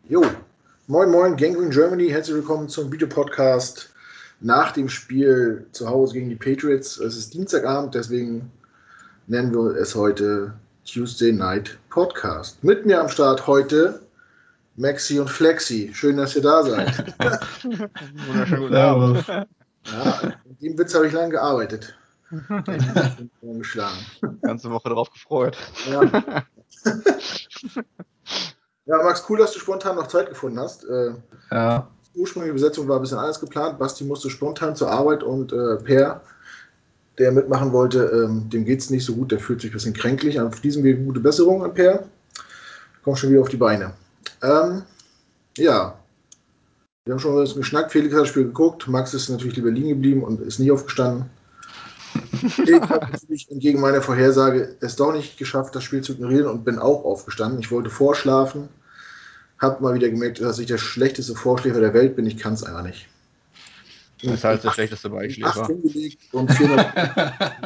Jo, moin moin, Gangrene Germany, herzlich willkommen zum Videopodcast nach dem Spiel zu Hause gegen die Patriots. Es ist Dienstagabend, deswegen nennen wir es heute Tuesday Night Podcast. Mit mir am Start heute Maxi und Flexi. Schön, dass ihr da seid. Wunderschönen guten Abend. Ja, mit dem Witz habe ich lange gearbeitet. Geschlagen. Ganze Woche drauf gefreut. Ja. Ja, Max, cool, dass du spontan noch Zeit gefunden hast. Ja. Die ursprüngliche Besetzung war ein bisschen anders geplant. Basti musste spontan zur Arbeit und Per, der mitmachen wollte, dem geht es nicht so gut. Der fühlt sich ein bisschen kränklich. Auf diesem Weg gute Besserung, Per. Komm schon wieder auf die Beine. Ja, wir haben schon mal ein bisschen geschnackt. Felix hat das Spiel geguckt. Max ist natürlich lieber liegen geblieben und ist nie aufgestanden. Ich habe natürlich entgegen meiner Vorhersage es doch nicht geschafft, das Spiel zu ignorieren und bin auch aufgestanden. Ich wollte vorschlafen. Hab mal wieder gemerkt, dass ich der schlechteste Vorschläfer der Welt bin. Ich kann es einfach nicht. Besser als der schlechteste Beischläfer. 8 hingelegt und 400.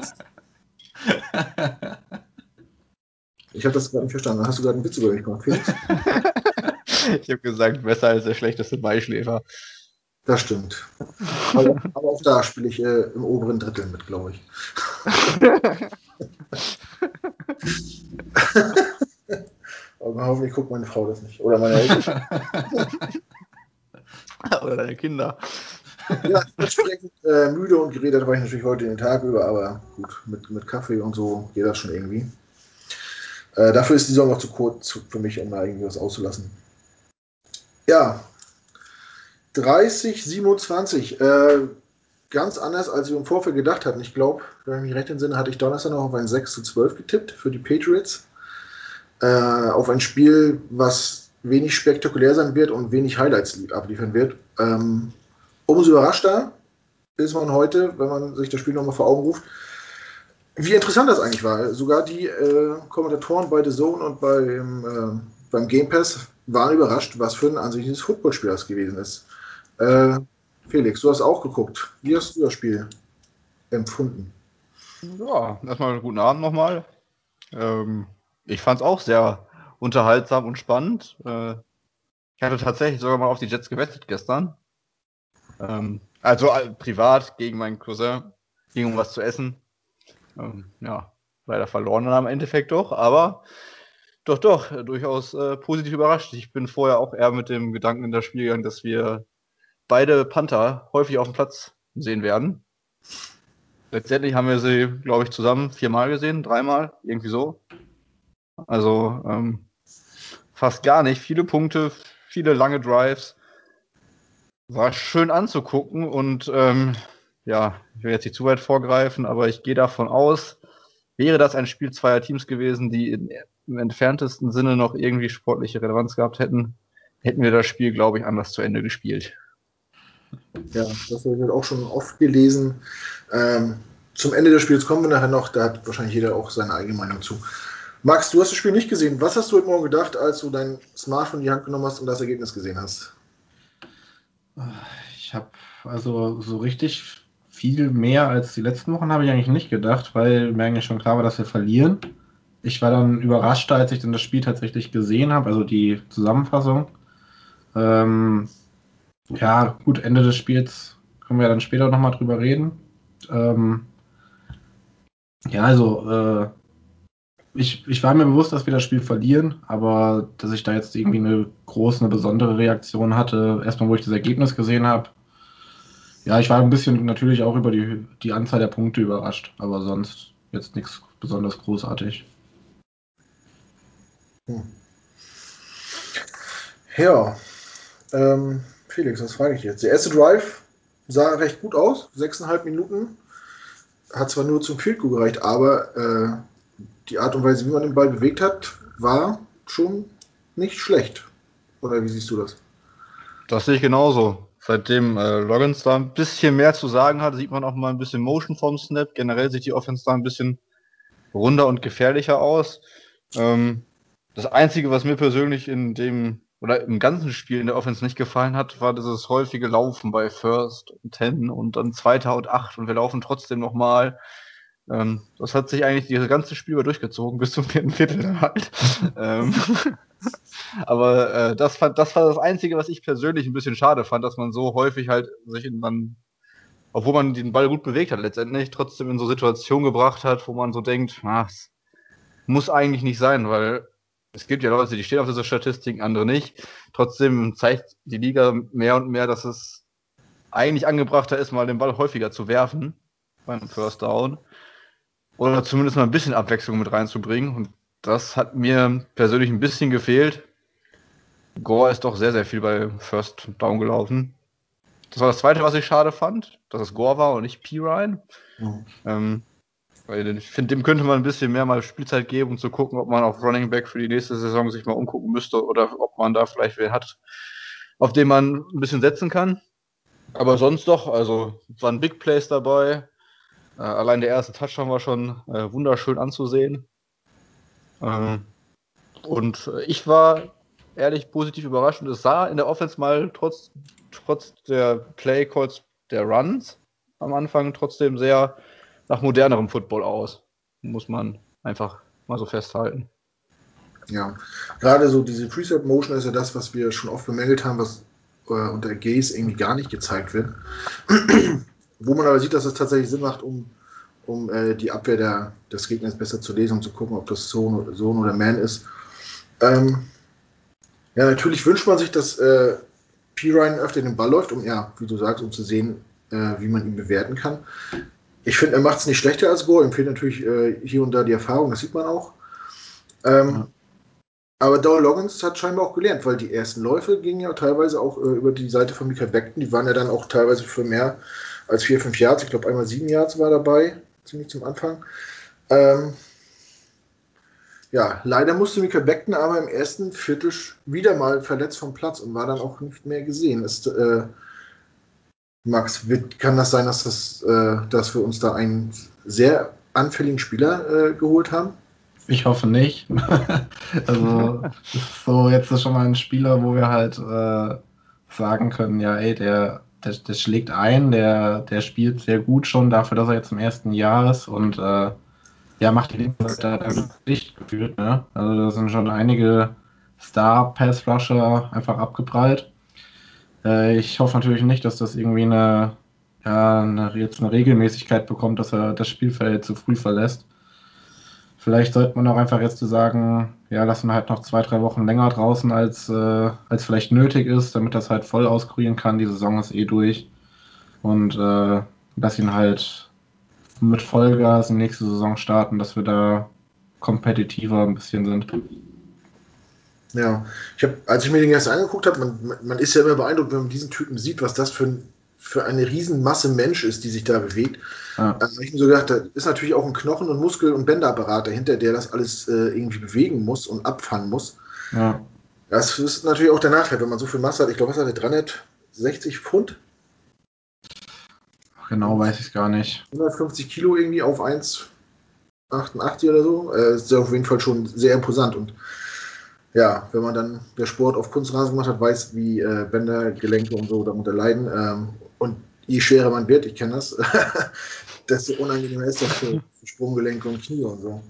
Ich habe das gerade nicht verstanden. Hast du gerade einen Witz über mich gemacht, Felix? Ich habe gesagt, besser als der schlechteste Beischläfer. Das stimmt. Aber auch da spiele ich im oberen Drittel mit, glaube ich. Aber hoffentlich guckt meine Frau das nicht. Oder meine Eltern. Oder deine Kinder. Ja, entsprechend müde und geredet war ich natürlich heute den Tag über, aber gut, mit Kaffee und so geht das schon irgendwie. Dafür ist die Saison noch zu kurz für mich, um da irgendwie was auszulassen. Ja, 30-27. Ganz anders, als wir im Vorfeld gedacht hatten. Ich glaube, wenn ich mich recht entsinne, hatte ich Donnerstag noch auf ein 6-12 getippt für die Patriots. Auf ein Spiel, was wenig spektakulär sein wird und wenig Highlights abliefern wird. Umso überraschter ist man heute, wenn man sich das Spiel nochmal vor Augen ruft, wie interessant das eigentlich war. Sogar die Kommentatoren bei The Zone und beim Game Pass waren überrascht, was für ein ansehnliches Footballspiel das gewesen ist. Felix, du hast auch geguckt. Wie hast du das Spiel empfunden? Ja, erstmal guten Abend nochmal. Ich fand es auch sehr unterhaltsam und spannend. Ich hatte tatsächlich sogar mal auf die Jets gewettet gestern. Also privat gegen meinen Cousin. Ging um was zu essen. Ja, leider verloren dann am Endeffekt doch, aber doch, durchaus positiv überrascht. Ich bin vorher auch eher mit dem Gedanken in das Spiel gegangen, dass wir beide Panther häufig auf dem Platz sehen werden. Letztendlich haben wir sie, glaube ich, zusammen 4-mal gesehen, 3-mal, irgendwie so. Also fast gar nicht. Viele Punkte, viele lange Drives. War schön anzugucken und ja, ich will jetzt nicht zu weit vorgreifen, aber ich gehe davon aus, wäre das ein Spiel zweier Teams gewesen, die im entferntesten Sinne noch irgendwie sportliche Relevanz gehabt hätten, hätten wir das Spiel, glaube ich, anders zu Ende gespielt. Ja, das habe ich halt auch schon oft gelesen. Zum Ende des Spiels kommen wir nachher noch. Da hat wahrscheinlich jeder auch seine eigene Meinung zu. Max, du hast das Spiel nicht gesehen. Was hast du heute Morgen gedacht, als du dein Smartphone in die Hand genommen hast und das Ergebnis gesehen hast? Ich habe also so richtig viel mehr als die letzten Wochen habe ich eigentlich nicht gedacht, weil mir eigentlich schon klar war, dass wir verlieren. Ich war dann überraschter, als ich dann das Spiel tatsächlich gesehen habe, also die Zusammenfassung. Ja, gut, Ende des Spiels können wir dann später nochmal drüber reden. Ja, also ich war mir bewusst, dass wir das Spiel verlieren, aber dass ich da jetzt irgendwie eine besondere Reaktion hatte, erstmal wo ich das Ergebnis gesehen habe. Ja, ich war ein bisschen natürlich auch über die Anzahl der Punkte überrascht, aber sonst jetzt nichts besonders großartig. Ja, Felix, was frage ich jetzt? Der erste Drive sah recht gut aus, 6,5 Minuten. Hat zwar nur zum Field Goal gereicht, aber die Art und Weise, wie man den Ball bewegt hat, war schon nicht schlecht. Oder wie siehst du das? Das sehe ich genauso. Seitdem Loggins da ein bisschen mehr zu sagen hat, sieht man auch mal ein bisschen Motion vom Snap. Generell sieht die Offense da ein bisschen runder und gefährlicher aus. Das Einzige, was mir persönlich in dem oder im ganzen Spiel in der Offense nicht gefallen hat, war dieses häufige Laufen bei First und 10 und dann 2. und 8 und wir laufen trotzdem nochmal. Das hat sich eigentlich das ganze Spiel über durchgezogen, bis zum vierten Viertel halt. Aber das war das Einzige, was ich persönlich ein bisschen schade fand, dass man so häufig halt obwohl man den Ball gut bewegt hat, letztendlich trotzdem in so Situationen gebracht hat, wo man so denkt, es muss eigentlich nicht sein, weil es gibt ja Leute, die stehen auf dieser Statistik, andere nicht. Trotzdem zeigt die Liga mehr und mehr, dass es eigentlich angebrachter ist, mal den Ball häufiger zu werfen beim First Down. Oder zumindest mal ein bisschen Abwechslung mit reinzubringen. Und das hat mir persönlich ein bisschen gefehlt. Gore ist doch sehr, sehr viel bei First Down gelaufen. Das war das Zweite, was ich schade fand, dass es Gore war und nicht Pirine. Weil ich finde, dem könnte man ein bisschen mehr mal Spielzeit geben, um zu gucken, ob man auf Running Back für die nächste Saison sich mal umgucken müsste oder ob man da vielleicht wen hat, auf den man ein bisschen setzen kann. Aber sonst doch, also waren Big Plays dabei. Allein der erste Touchdown war schon wunderschön anzusehen. Und ich war ehrlich positiv überrascht und es sah in der Offense mal trotz der Play-Calls der Runs am Anfang trotzdem sehr nach modernerem Football aus. Muss man einfach mal so festhalten. Ja, gerade so diese Preset Motion ist ja das, was wir schon oft bemängelt haben, was unter Gaze irgendwie gar nicht gezeigt wird. Wo man aber sieht, dass es tatsächlich Sinn macht, um die Abwehr des Gegners besser zu lesen und zu gucken, ob das Zone oder Man ist. Ja, natürlich wünscht man sich, dass Pirine öfter den Ball läuft, wie du sagst, um zu sehen, wie man ihn bewerten kann. Ich finde, er macht es nicht schlechter als Gore. Ihm fehlt natürlich hier und da die Erfahrung, das sieht man auch. Aber Dow Loggins hat scheinbar auch gelernt, weil die ersten Läufe gingen ja teilweise auch über die Seite von Mika Beckton. Die waren ja dann auch teilweise für mehr als 4, 5 Yards. Ich glaube, einmal 7 Yards war dabei, ziemlich zum Anfang. Ja, leider musste Mika Beckton aber im ersten Viertel wieder mal verletzt vom Platz und war dann auch nicht mehr gesehen. Max, kann das sein, dass wir uns da einen sehr anfälligen Spieler geholt haben? Ich hoffe nicht. Also, das ist so, jetzt ist schon mal ein Spieler, wo wir halt sagen können, ja, ey, der schlägt ein, der spielt sehr gut schon dafür, dass er jetzt im ersten Jahr ist und ja, macht die Seite dann dicht gefühlt, ne? Also da sind schon einige Star-Pass-Rusher einfach abgeprallt. Ich hoffe natürlich nicht, dass das irgendwie jetzt eine Regelmäßigkeit bekommt, dass er das Spielfeld zu früh verlässt. Vielleicht sollte man auch einfach jetzt sagen, ja, lassen wir halt noch 2, 3 Wochen länger draußen, als vielleicht nötig ist, damit das halt voll auskurieren kann. Die Saison ist eh durch. Und lass ihn halt mit Vollgas in die nächste Saison starten, dass wir da kompetitiver ein bisschen sind. Ja, als ich mir den erst angeguckt habe, man ist ja immer beeindruckt, wenn man diesen Typen sieht, was das für eine Riesenmasse Mensch ist, die sich da bewegt. Ja. Also ich mir so gedacht, da ist natürlich auch ein Knochen- und Muskel- und Bänderapparat dahinter, der das alles irgendwie bewegen muss und abfangen muss. Ja. Das ist natürlich auch der Nachteil, wenn man so viel Masse hat. Ich glaube, was hat er? 360 Pfund? Genau weiß ich es gar nicht. 150 Kilo irgendwie auf 1,88 oder so. Ist ja auf jeden Fall schon sehr imposant. Und ja, wenn man dann der Sport auf Kunstrasen gemacht hat, weiß, wie Bänder, Gelenke und so darunter leiden. Und je schwerer man wird, ich kenne das, desto unangenehmer ist das für Sprunggelenke und Knie und so.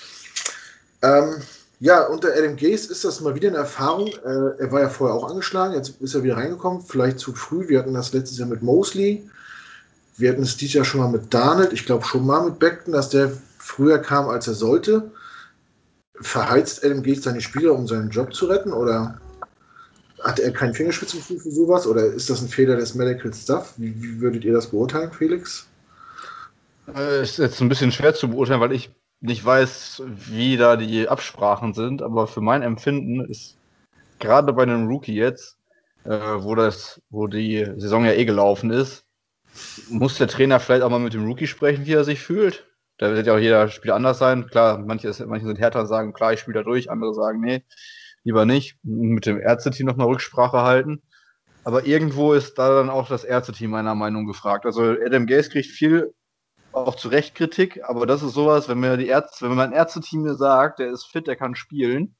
Ja, unter Adam Gase ist das mal wieder eine Erfahrung. Er war ja vorher auch angeschlagen, jetzt ist er wieder reingekommen, vielleicht zu früh. Wir hatten das letztes Jahr mit Mosley. Wir hatten es dieses Jahr schon mal mit Darnold. Ich glaube schon mal mit Beckton, dass der früher kam, als er sollte. Verheizt Adam Gase seine Spieler, um seinen Job zu retten? Oder hat er kein Fingerspitzengefühl für sowas? Oder ist das ein Fehler des Medical Staff? Wie würdet ihr das beurteilen, Felix? Ist jetzt ein bisschen schwer zu beurteilen, weil ich nicht weiß, wie da die Absprachen sind, aber für mein Empfinden ist gerade bei einem Rookie jetzt, wo die Saison ja eh gelaufen ist, muss der Trainer vielleicht auch mal mit dem Rookie sprechen, wie er sich fühlt. Da wird ja auch jeder Spieler anders sein. Klar, manche sind härter und sagen, klar, ich spiele da durch, andere sagen, nee, lieber nicht. Mit dem Ärzteteam nochmal Rücksprache halten. Aber irgendwo ist da dann auch das Ärzteteam meiner Meinung nach gefragt. Also Adam Gase kriegt viel auch zu Recht Kritik, aber das ist sowas, wenn wenn mein Ärzteteam mir sagt, der ist fit, der kann spielen,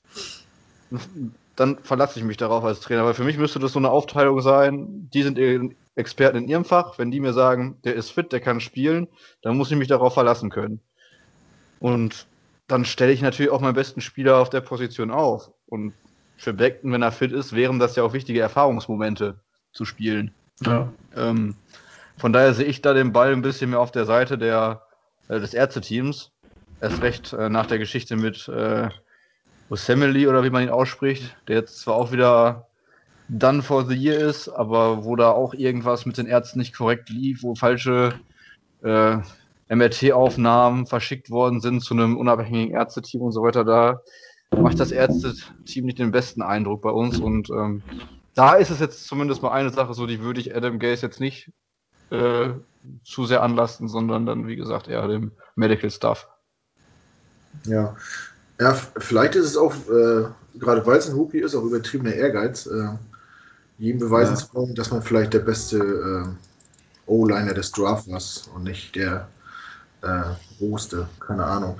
dann verlasse ich mich darauf als Trainer. Weil für mich müsste das so eine Aufteilung sein, die sind Experten in ihrem Fach. Wenn die mir sagen, der ist fit, der kann spielen, dann muss ich mich darauf verlassen können. Und dann stelle ich natürlich auch meinen besten Spieler auf der Position auf. Und für Beckton, wenn er fit ist, wären das ja auch wichtige Erfahrungsmomente zu spielen. Ja. Von daher sehe ich da den Ball ein bisschen mehr auf der Seite des Ärzteteams. Erst recht nach der Geschichte mit Osemele oder wie man ihn ausspricht, der jetzt zwar auch wieder done for the year ist, aber wo da auch irgendwas mit den Ärzten nicht korrekt lief, wo falsche MRT-Aufnahmen verschickt worden sind zu einem unabhängigen Ärzteteam und so weiter. Da macht das Ärzteteam nicht den besten Eindruck bei uns. Und da ist es jetzt zumindest mal eine Sache so, die würde ich Adam Gase jetzt nicht zu sehr anlasten, sondern dann, wie gesagt, eher dem Medical Staff. Ja. Ja, vielleicht ist es auch, gerade weil es ein Rookie ist, auch übertriebener Ehrgeiz, jedem beweisen zu wollen, dass man vielleicht der beste O-Liner des Drafts war und nicht der rohste, keine Ahnung.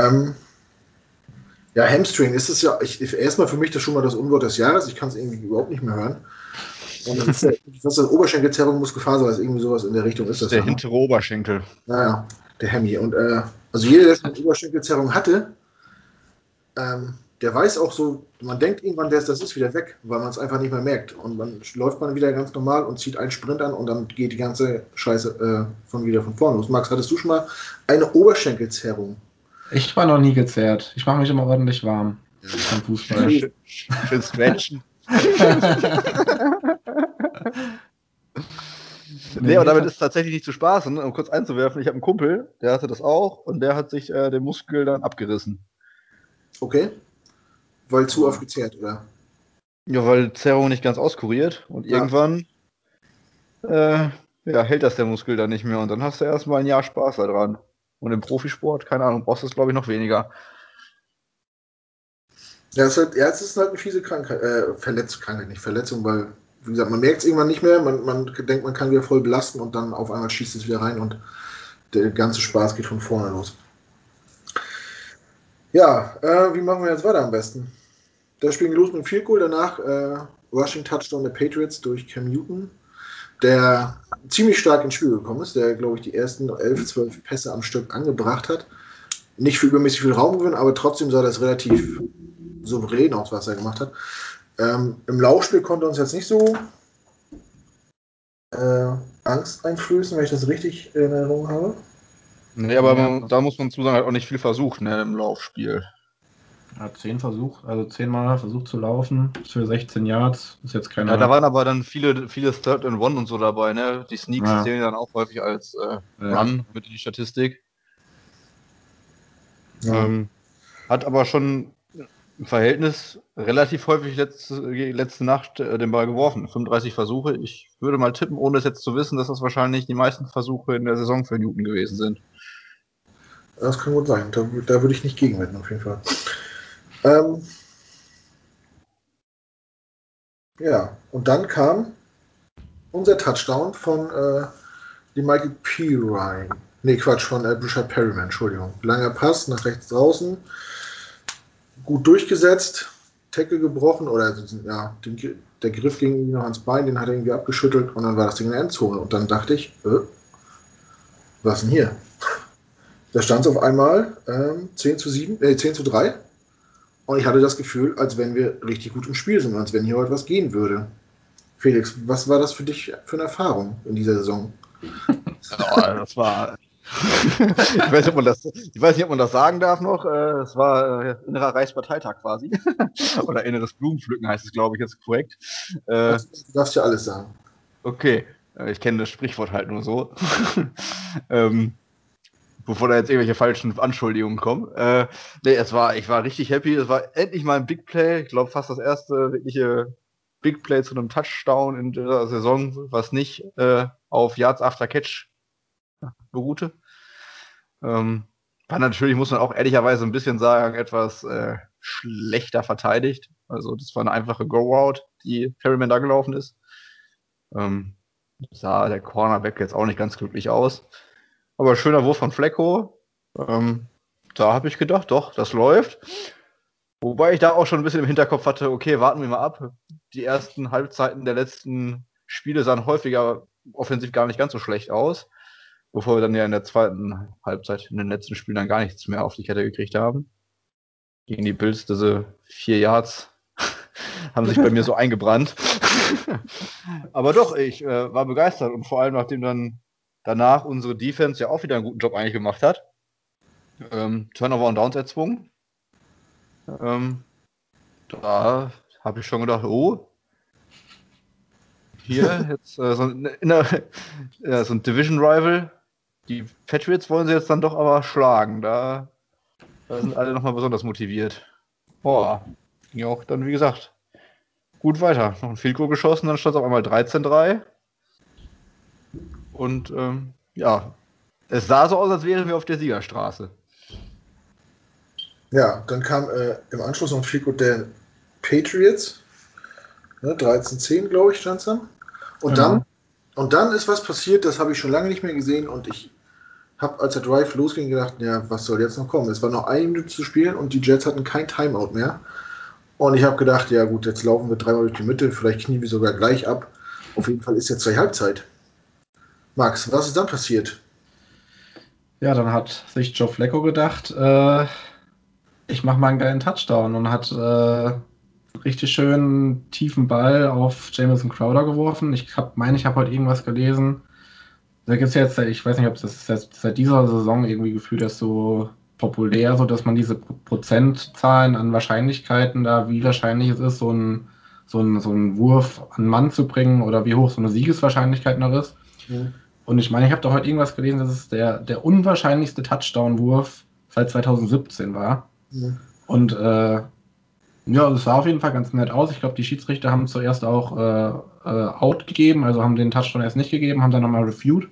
Ja, Hamstring ist es ja, erstmal für mich das schon mal das Unwort des Jahres, ich kann es irgendwie überhaupt nicht mehr hören. Und das ist ja, was ist Oberschenkelzerrung, Muskelfaser, also irgendwie sowas in der Richtung ist das der ja. hintere Oberschenkel. Naja, der Hemi. Und also jeder, der schon eine Oberschenkelzerrung hatte, der weiß auch so, man denkt irgendwann, das ist wieder weg, weil man es einfach nicht mehr merkt. Und dann läuft man wieder ganz normal und zieht einen Sprint an und dann geht die ganze Scheiße wieder von vorne los. Max, hattest du schon mal eine Oberschenkelzerrung? Ich war noch nie gezerrt. Ich mache mich immer ordentlich warm beim Fußball. Schön stretchen. Nee, aber damit ist es tatsächlich nicht zu spaßen, um kurz einzuwerfen. Ich habe einen Kumpel, der hatte das auch und der hat sich den Muskel dann abgerissen. Okay. Weil zu oft gezerrt, oder? Ja, weil Zerrung nicht ganz auskuriert und irgendwann hält das der Muskel dann nicht mehr und dann hast du erstmal ein Jahr Spaß daran. Und im Profisport, keine Ahnung, brauchst du es, glaube ich, noch weniger. Ja, es ist halt eine fiese Krankheit, Krankheit, nicht Verletzung, weil, wie gesagt, man merkt es irgendwann nicht mehr, man denkt, man kann wieder voll belasten und dann auf einmal schießt es wieder rein und der ganze Spaß geht von vorne los. Ja, wie machen wir jetzt weiter am besten? Da spielen wir los mit dem Field Goal, danach Rushing Touchdown der Patriots durch Cam Newton, der ziemlich stark ins Spiel gekommen ist, der, glaube ich, die ersten 11, 12 Pässe am Stück angebracht hat. Nicht für übermäßig viel Raum gewinnen, aber trotzdem sah das relativ souverän aus, was er gemacht hat. Im Laufspiel konnte er uns jetzt nicht so Angst einflößen, wenn ich das richtig in Erinnerung habe. Nee, aber da muss man zu sagen, hat auch nicht viel versucht, ne, im Laufspiel. Hat 10-mal versucht zu laufen für 16 Yards. Ist jetzt keine. Ja, da waren aber dann viele Third and One und so dabei, ne? Die Sneaks zählen dann auch häufig als Run mit in die Statistik. Ja. Hat aber schon im Verhältnis relativ häufig letzte Nacht den Ball geworfen. 35 Versuche. Ich würde mal tippen, ohne es jetzt zu wissen, dass das wahrscheinlich die meisten Versuche in der Saison für Newton gewesen sind. Das kann gut sein. Da würde ich nicht gegenwetten, auf jeden Fall. Ja, und dann kam unser Touchdown von dem Michael Pirine. Nee, Quatsch, von Brashad Perryman, Entschuldigung. Langer Pass nach rechts draußen. Gut durchgesetzt. Tackle gebrochen oder ja, der Griff ging irgendwie noch ans Bein, den hat er irgendwie abgeschüttelt und dann war das Ding in der Endzone. Und dann dachte ich, was denn hier? Da stand es auf einmal 10:3. Und ich hatte das Gefühl, als wenn wir richtig gut im Spiel sind, als wenn hier heute was gehen würde. Felix, was war das für dich für eine Erfahrung in dieser Saison? Oh, das war. Ich weiß nicht, ob man das sagen darf noch. Es war innerer Reichsparteitag quasi. Oder inneres Blumenpflücken heißt es, glaube ich, jetzt korrekt. Du darfst ja alles sagen. Okay, ich kenne das Sprichwort halt nur so. Bevor da jetzt irgendwelche falschen Anschuldigungen kommen. Nee, ich war richtig happy. Es war endlich mal ein Big Play. Ich glaube, fast das erste wirkliche Big Play zu einem Touchdown in der Saison, was nicht auf Yards After Catch beruhte. War natürlich, muss man auch ehrlicherweise ein bisschen sagen, etwas schlechter verteidigt. Also das war eine einfache Go-Route, die Perryman da gelaufen ist. Sah der Cornerback jetzt auch nicht ganz glücklich aus. Aber schöner Wurf von Flecko. Da habe ich gedacht, doch, das läuft. Wobei ich da auch schon ein bisschen im Hinterkopf hatte, okay, warten wir mal ab. Die ersten Halbzeiten der letzten Spiele sahen häufiger offensiv gar nicht ganz so schlecht aus. Bevor wir dann ja in der zweiten Halbzeit, in den letzten Spielen dann gar nichts mehr auf die Kette gekriegt haben. Gegen die Bills diese 4 Yards haben sich bei mir so eingebrannt. Aber doch, ich war begeistert und vor allem, nachdem dann danach unsere Defense ja auch wieder einen guten Job eigentlich gemacht hat. Turnover und Downs erzwungen. Da habe ich schon gedacht, oh, hier jetzt so ein Division-Rival. Die Patriots wollen sie jetzt dann doch aber schlagen. Da sind alle nochmal besonders motiviert. Boah, ging auch dann, wie gesagt, gut weiter. Noch ein Field Goal geschossen, dann stand es auf einmal 13-3. Und ja, es sah so aus, als wären wir auf der Siegerstraße. Ja, dann kam im Anschluss noch ein Field Goal der Patriots. Ne, 13-10, glaube ich, stand es dann. Genau. Und dann ist was passiert, das habe ich schon lange nicht mehr gesehen und ich habe, als der Drive losging, gedacht, ja, was soll jetzt noch kommen? Es war noch 1 Minute zu spielen und die Jets hatten kein Timeout mehr. Und ich habe gedacht, ja gut, jetzt laufen wir 3-mal durch die Mitte, vielleicht knien wir sogar gleich ab. Auf jeden Fall ist jetzt zur Halbzeit. Max, was ist dann passiert? Ja, dann hat sich Joe Flacco gedacht, ich mache mal einen geilen Touchdown und hat richtig schön tiefen Ball auf Jamison Crowder geworfen. Ich habe heute irgendwas gelesen. Da gibt es jetzt, ich weiß nicht, ob das seit dieser Saison irgendwie gefühlt ist, so populär, so dass man diese Prozentzahlen an Wahrscheinlichkeiten da, wie wahrscheinlich es ist, so einen Wurf an den Mann zu bringen oder wie hoch so eine Siegeswahrscheinlichkeit noch ist. Hm. Und ich meine, ich habe doch heute irgendwas gelesen, dass es der unwahrscheinlichste Touchdown-Wurf seit 2017 war. Hm. Und ja, das sah auf jeden Fall ganz nett aus. Ich glaube, die Schiedsrichter haben zuerst auch Out gegeben, also haben den Touchdown erst nicht gegeben, haben dann nochmal reviewed.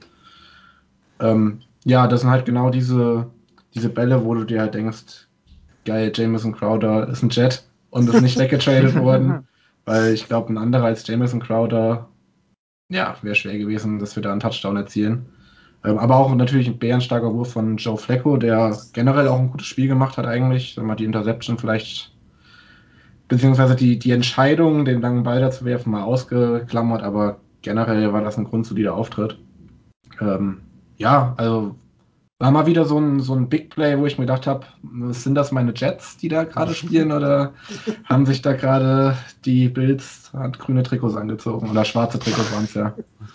Ja, das sind halt genau diese Bälle, wo du dir halt denkst, geil, Jamison Crowder ist ein Jet und ist nicht weggetradet worden, weil ich glaube, ein anderer als Jamison Crowder, ja, wäre schwer gewesen, dass wir da einen Touchdown erzielen. Aber auch natürlich ein bärenstarker Wurf von Joe Flacco, der generell auch ein gutes Spiel gemacht hat eigentlich. Sag mal, die Interception vielleicht, beziehungsweise die Entscheidung, den langen Ball da zu werfen, mal ausgeklammert, aber generell war das ein grundsolider Auftritt. Ja, also war mal wieder so ein Big Play, wo ich mir gedacht habe, sind das meine Jets, die da gerade spielen oder haben sich da gerade die Bills hat grüne Trikots angezogen oder schwarze Trikots waren es ja.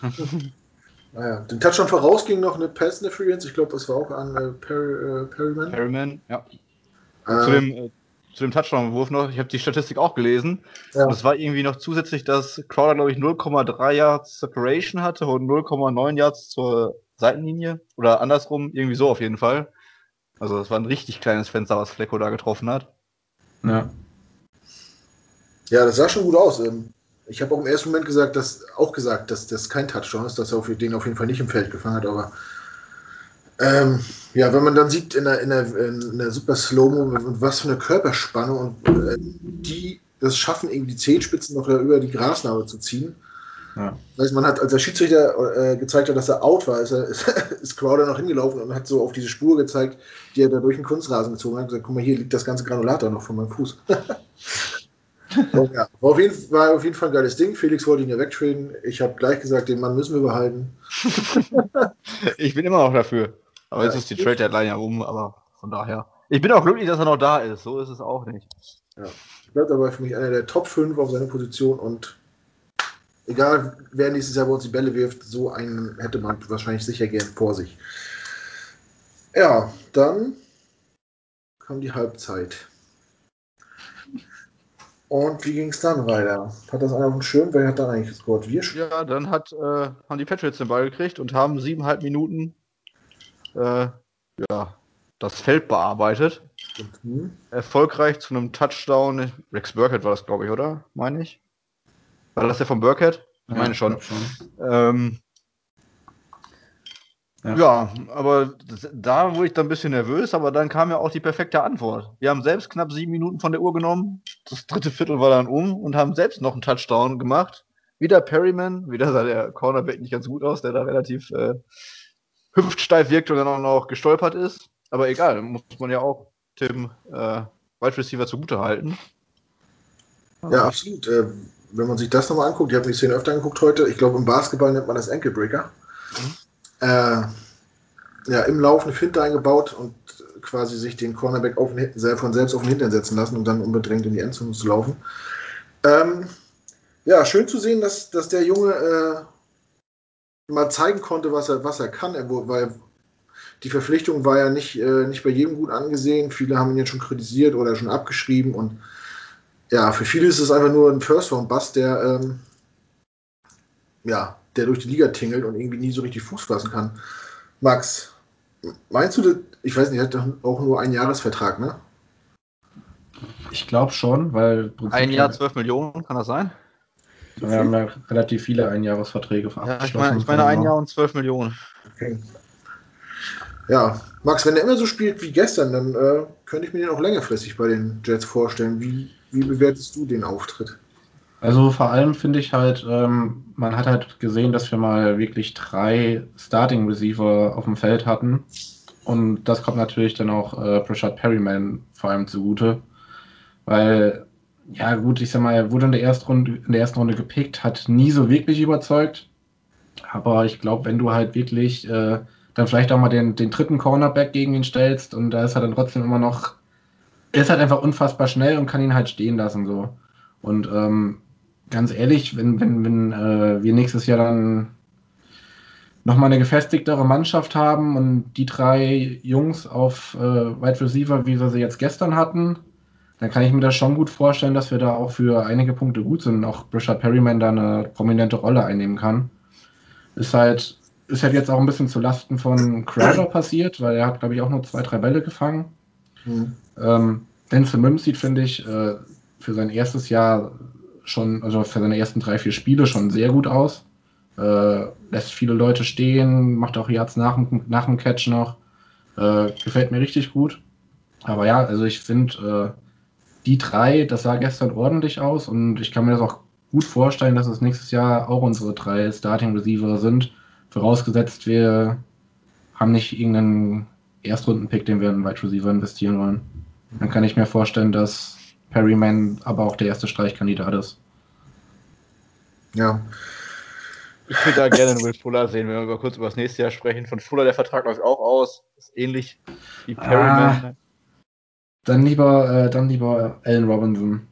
Naja, den Touchdown voraus ging noch eine Pass Interference. Ich glaube, das war auch an Perryman. Perryman, ja. Zu Äh, dem Touchdown-Wurf noch, ich habe die Statistik auch gelesen. ja. Und es war irgendwie noch zusätzlich, dass Crowder, glaube ich, 0,3 Yards Separation hatte und 0,9 Yards zur Seitenlinie. Oder andersrum, irgendwie so auf jeden Fall. Also das war ein richtig kleines Fenster, was Flecko da getroffen hat. Ja. Ja, das sah schon gut aus. Ich habe auch im ersten Moment gesagt, dass das kein Touchdown ist, dass er den auf jeden Fall nicht im Feld gefangen hat, aber ja, wenn man dann sieht in der Super Slow-Mo, was für eine Körperspannung und die das schaffen, irgendwie die Zehenspitzen noch über die Grasnarbe zu ziehen. Ja. Das heißt, man hat, als der Schiedsrichter gezeigt hat, dass er out war, ist Crowder noch hingelaufen und hat so auf diese Spur gezeigt, die er da durch den Kunstrasen gezogen hat und gesagt, guck mal, hier liegt das ganze Granulator noch von meinem Fuß. Und ja, war auf jeden Fall ein geiles Ding. Felix wollte ihn ja wegtraden. Ich habe gleich gesagt, den Mann müssen wir behalten. Ich bin immer noch dafür. Aber Ja, jetzt ist die Trade Deadline ja rum, aber von daher. Ich bin auch glücklich, dass er noch da ist. So ist es auch nicht. ja. Bleibt aber für mich einer der Top 5 auf seiner Position und egal wer nächstes Jahr bei uns die Bälle wirft, so einen hätte man wahrscheinlich sicher gern vor sich. Ja, dann kam die Halbzeit. Und wie ging es dann weiter? Hat das einer auf dem Schirm? Wer hat dann eigentlich gescored? Wir? Ja, dann haben die Patriots den Ball gekriegt und haben 7,5 Minuten ja, das Feld bearbeitet. Hm. Erfolgreich zu einem Touchdown. Rex Burkhead war das, glaube ich, oder? Meine ich. War das der von Burkhead? Ich Ja, meine ich schon. glaube schon. Ja. Ja, aber da wurde ich dann ein bisschen nervös, aber dann kam ja auch die perfekte Antwort. Wir haben selbst knapp 7 Minuten von der Uhr genommen. Das dritte Viertel war dann und haben selbst noch einen Touchdown gemacht. Wieder Perryman, wieder sah der Cornerback nicht ganz gut aus, der da relativ hüftsteif wirkt und dann auch noch gestolpert ist. Aber egal, muss man ja auch Tim Wide Receiver zugute halten. Ja, absolut. Wenn man sich das nochmal anguckt, ich habe mir die Szene öfter angeguckt heute, ich glaube im Basketball nennt man das Ankle Breaker. Mhm. Ja, im Lauf eine Finte eingebaut und quasi sich den Cornerback von selbst auf den Hintern setzen lassen, um dann unbedingt in die Endzone zu laufen. Ähm, ja, schön zu sehen, dass der Junge mal zeigen konnte, was er kann, weil die Verpflichtung war ja nicht bei jedem gut angesehen. Viele haben ihn jetzt schon kritisiert oder schon abgeschrieben und ja, für viele ist es einfach nur ein First-Round-Bust, der durch die Liga tingelt und irgendwie nie so richtig Fuß fassen kann. Max, meinst du, ich weiß nicht, er hat doch auch nur einen Jahresvertrag, ne? Ich glaube schon, weil im Prinzip Ein Jahr 12 Millionen, kann das sein? So wir haben viel? ja relativ viele Einjahresverträge Ja, abgeschlossen ich für meine den 1 Jahr Sommer. und 12 Millionen. Okay. Ja, Max, wenn er immer so spielt wie gestern, dann könnte ich mir den auch längerfristig bei den Jets vorstellen. Wie bewertest du den Auftritt? Also vor allem finde ich halt, man hat halt gesehen, dass wir mal wirklich 3 Starting Receiver auf dem Feld hatten. Und das kommt natürlich dann auch Rashad Perryman vor allem zugute. Weil, ja gut, ich sag mal, er wurde in der ersten Runde gepickt, hat nie so wirklich überzeugt. Aber ich glaube, wenn du halt wirklich dann vielleicht auch mal den dritten Cornerback gegen ihn stellst und da ist er dann trotzdem immer noch, er ist halt einfach unfassbar schnell und kann ihn halt stehen lassen so. Und ganz ehrlich, wenn wir nächstes Jahr dann nochmal eine gefestigtere Mannschaft haben und die 3 Jungs auf Wide Receiver, wie wir sie jetzt gestern hatten, dann kann ich mir das schon gut vorstellen, dass wir da auch für einige Punkte gut sind und auch Rashad Perryman da eine prominente Rolle einnehmen kann. Ist halt, ist halt jetzt auch ein bisschen zu Lasten von Crowder passiert, weil er hat, glaube ich, auch nur 2, 3 Bälle gefangen. Hm. Denzel Mims sieht, finde ich, für sein erstes Jahr schon, also für seine ersten 3, 4 Spiele schon sehr gut aus. Lässt viele Leute stehen, macht auch Yards nach dem Catch noch. Gefällt mir richtig gut. Aber ja, also ich finde, die 3, das sah gestern ordentlich aus und ich kann mir das auch gut vorstellen, dass es nächstes Jahr auch unsere 3 Starting Receiver sind. Vorausgesetzt, wir haben nicht irgendeinen Erstrunden-Pick, den wir in Wide Receiver investieren wollen. Dann kann ich mir vorstellen, dass Perryman aber auch der erste Streichkandidat ist. Ja, Ich würde da gerne einen Will Fuller sehen, wenn wir kurz über das nächste Jahr sprechen. Von Fuller, der Vertrag läuft auch aus. Ist ähnlich wie Ah, Perryman. dann lieber Allen Robinson.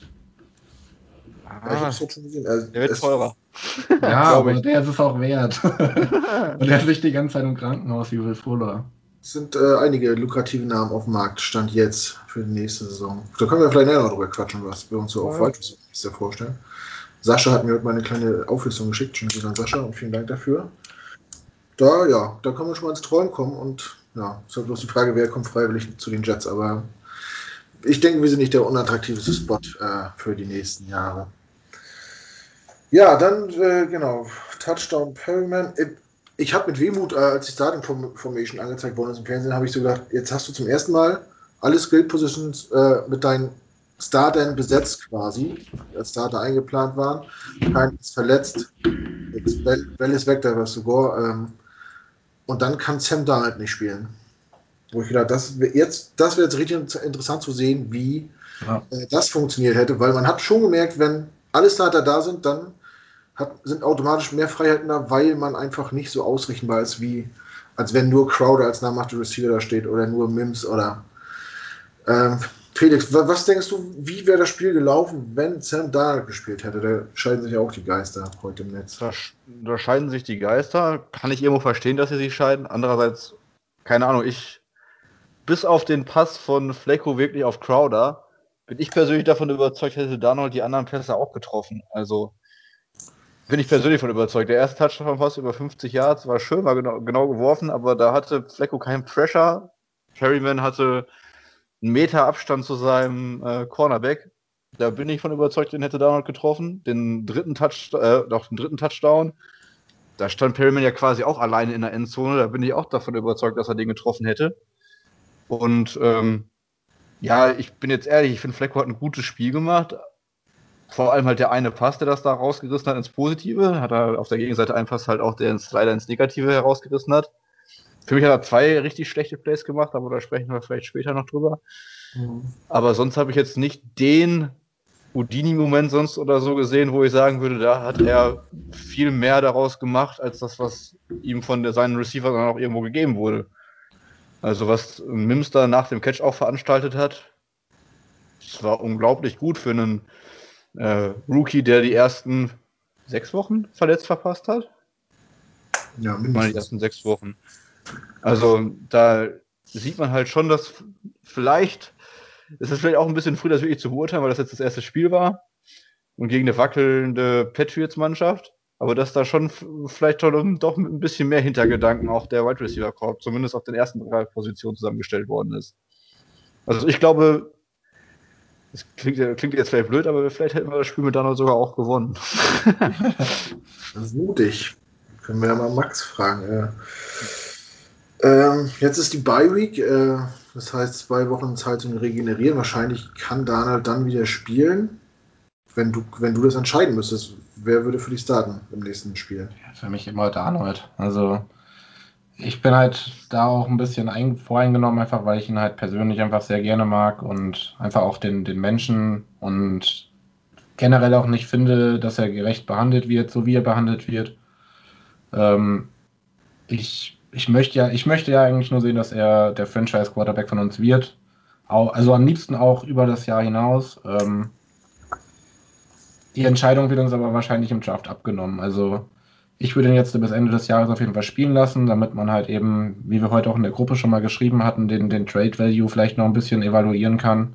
ja, ich habe es Ah, jetzt schon gesehen. der wird teurer. Ja, Glaube aber ich. der ist es auch wert. Und er liegt die ganze Zeit im Krankenhaus wie Will Fuller. Es sind einige lukrative Namen auf dem Markt, Stand jetzt für die nächste Saison. Da können wir vielleicht näher noch drüber quatschen, was wir uns so auf Wide Receiver vorstellen. Sascha hat mir heute mal eine kleine Auflistung geschickt. Schönen Gruß an Sascha und vielen Dank dafür. Da kann man schon mal ins Träumen kommen und ja, ist halt bloß die Frage, wer kommt freiwillig zu den Jets. Aber ich denke, wir sind nicht der unattraktivste Spot für die nächsten Jahre. Ja, dann, genau, Touchdown Perryman. Ich habe mit Wehmut, als die Starting Formation angezeigt worden ist im Fernsehen, habe ich so gedacht, jetzt hast du zum ersten Mal alle Skill Positions mit deinen Startern besetzt quasi, die als Starter eingeplant waren. Kein ist verletzt. Jetzt Bell ist weg, da war sogar. Und dann kann Sam Darnold nicht spielen. Wo ich gedacht, das wäre jetzt richtig interessant zu sehen, wie Ja. das funktioniert hätte, weil man hat schon gemerkt, wenn alle Starter da sind, dann sind automatisch mehr Freiheiten da, weil man einfach nicht so ausrechenbar ist, als wenn nur Crowder als namhafter Receiver da steht oder nur Mims oder Felix, was denkst du, wie wäre das Spiel gelaufen, wenn Sam Darnold gespielt hätte? Da scheiden sich ja auch die Geister heute im Netz. Da scheiden sich die Geister. Kann ich irgendwo verstehen, dass sie sich scheiden. Andererseits, keine Ahnung, bis auf den Pass von Flecko wirklich auf Crowder, bin ich persönlich davon überzeugt, hätte Darnold die anderen Pässe auch getroffen. Also bin ich persönlich von überzeugt. Der erste Touchdown fast über 50 Yards war schön, war genau geworfen, aber da hatte Flecko keinen Pressure. Perryman hatte einen Meter Abstand zu seinem Cornerback. Da bin ich von überzeugt, den hätte Darnold getroffen. Den dritten Touchdown. Da stand Perryman ja quasi auch alleine in der Endzone. Da bin ich auch davon überzeugt, dass er den getroffen hätte. Und ja, ich bin jetzt ehrlich, ich finde, Flecko hat ein gutes Spiel gemacht. Vor allem halt der eine Pass, der das da rausgerissen hat ins Positive, hat er auf der Gegenseite einen Pass halt auch, der leider ins Negative herausgerissen hat. Für mich hat er 2 richtig schlechte Plays gemacht, aber da sprechen wir vielleicht später noch drüber. Mhm. Aber sonst habe ich jetzt nicht den Houdini-Moment sonst oder so gesehen, wo ich sagen würde, da hat er viel mehr daraus gemacht, als das, was ihm von seinen Receivern dann auch irgendwo gegeben wurde. Also was Mims da nach dem Catch auch veranstaltet hat, das war unglaublich gut für einen Rookie, der die ersten 6 Wochen verletzt verpasst hat. Ja, Ich meine, die mindestens. ersten 6 Wochen. Also da sieht man halt schon, dass vielleicht, es ist vielleicht auch ein bisschen früh, das wirklich zu beurteilen, weil das jetzt das erste Spiel war und gegen eine wackelnde Patriots-Mannschaft, aber dass da schon vielleicht schon doch mit ein bisschen mehr Hintergedanken auch der Wide Receiver Corps, zumindest auf den ersten 3 Positionen zusammengestellt worden ist. Also ich glaube, das klingt jetzt vielleicht blöd, aber vielleicht hätten wir das Spiel mit Donald sogar auch gewonnen. Das ist mutig. Können wir ja mal Max fragen. Jetzt ist die Bye Week, das heißt 2 Wochen Zeit zum Regenerieren. Wahrscheinlich kann Donald dann wieder spielen. Wenn du das entscheiden müsstest, wer würde für dich starten im nächsten Spiel? Ja, für mich immer Darnold. Also ich bin halt da auch ein bisschen voreingenommen, einfach weil ich ihn halt persönlich einfach sehr gerne mag und einfach auch den Menschen und generell auch nicht finde, dass er gerecht behandelt wird, so wie er behandelt wird. Ähm, ich möchte ja eigentlich nur sehen, dass er der Franchise-Quarterback von uns wird. Also am liebsten auch über das Jahr hinaus. Die Entscheidung wird uns aber wahrscheinlich im Draft abgenommen. Also ich würde ihn jetzt bis Ende des Jahres auf jeden Fall spielen lassen, damit man halt eben, wie wir heute auch in der Gruppe schon mal geschrieben hatten, den Trade Value vielleicht noch ein bisschen evaluieren kann.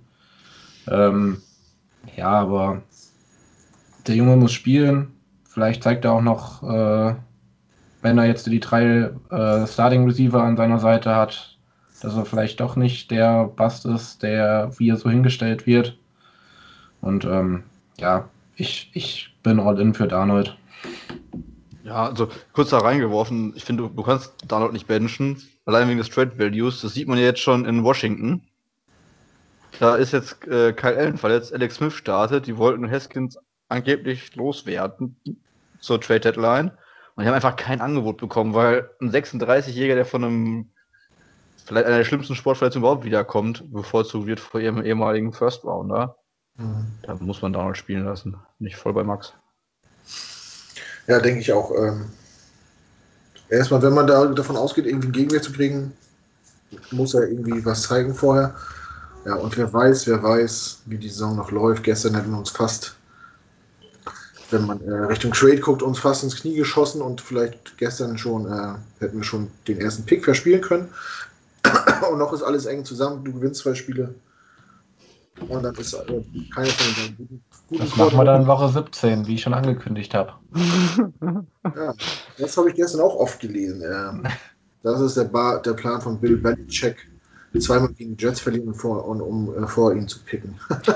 Ja, aber der Junge muss spielen. Vielleicht zeigt er auch noch, wenn er jetzt die 3 Starting Receiver an seiner Seite hat, dass er vielleicht doch nicht der Bast ist, der wie er so hingestellt wird. Und ja, ich bin all in für Darnold. Ja, also kurz da reingeworfen, ich finde, du kannst Donald nicht benchen, allein wegen des Trade Values. Das sieht man ja jetzt schon in Washington. Da ist jetzt Kyle Allen verletzt, Alex Smith startet, die wollten Haskins angeblich loswerden zur Trade Deadline. Und die haben einfach kein Angebot bekommen, weil ein 36-Jähriger, der von einem, vielleicht einer der schlimmsten Sportverletzungen überhaupt wiederkommt, bevorzugt wird vor ihrem ehemaligen First Rounder. Da muss man Donald spielen lassen. Nicht voll bei Max. Ja, denke ich auch. Erstmal, wenn man davon ausgeht, irgendwie einen Gegenwehr zu kriegen, muss er irgendwie was zeigen vorher. Ja, und wer weiß, wie die Saison noch läuft. Gestern hätten wir uns fast, wenn man Richtung Trade guckt, uns fast ins Knie geschossen und vielleicht gestern schon hätten wir schon den ersten Pick verspielen können. Und noch ist alles eng zusammen. Du gewinnst 2 Spiele. Und dann ist keine von den guten Das machen wir dann in Quarterback. Woche 17, wie ich schon angekündigt habe. Ja, das habe ich gestern auch oft gelesen. Das ist der Plan von Bill Belichick. 2-mal gegen die Jets verlieren, um vor ihn zu picken.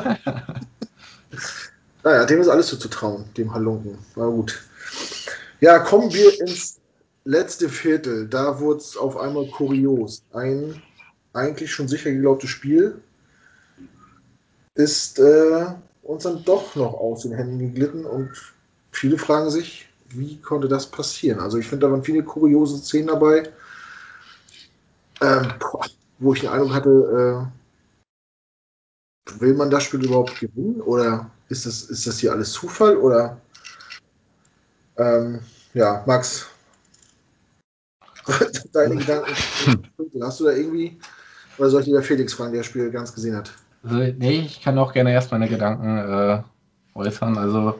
Naja, dem ist alles so zu trauen, dem Halunken. Na gut. Ja, kommen wir ins letzte Viertel. Da wurde es auf einmal kurios. Ein eigentlich schon sicher geglaubtes Spiel ist uns dann doch noch aus den Händen geglitten und viele fragen sich, wie konnte das passieren? Also ich finde, da waren viele kuriose Szenen dabei, wo ich den Eindruck hatte, will man das Spiel überhaupt gewinnen oder ist das hier alles Zufall oder ja, Max, deine Gedanken, hast du da irgendwie, oder soll ich lieber Felix fragen, der das Spiel ganz gesehen hat? Also, nee, ich kann auch gerne erst meine Gedanken äußern.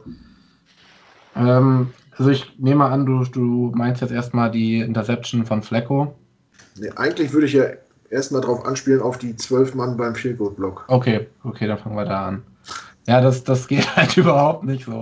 Also ich nehme an, du meinst jetzt erstmal die Interception von Flacco. Nee, eigentlich würde ich ja erstmal drauf anspielen auf die 12 Mann beim Field Goal Block. Okay, dann fangen wir da an. Ja, das geht halt überhaupt nicht so.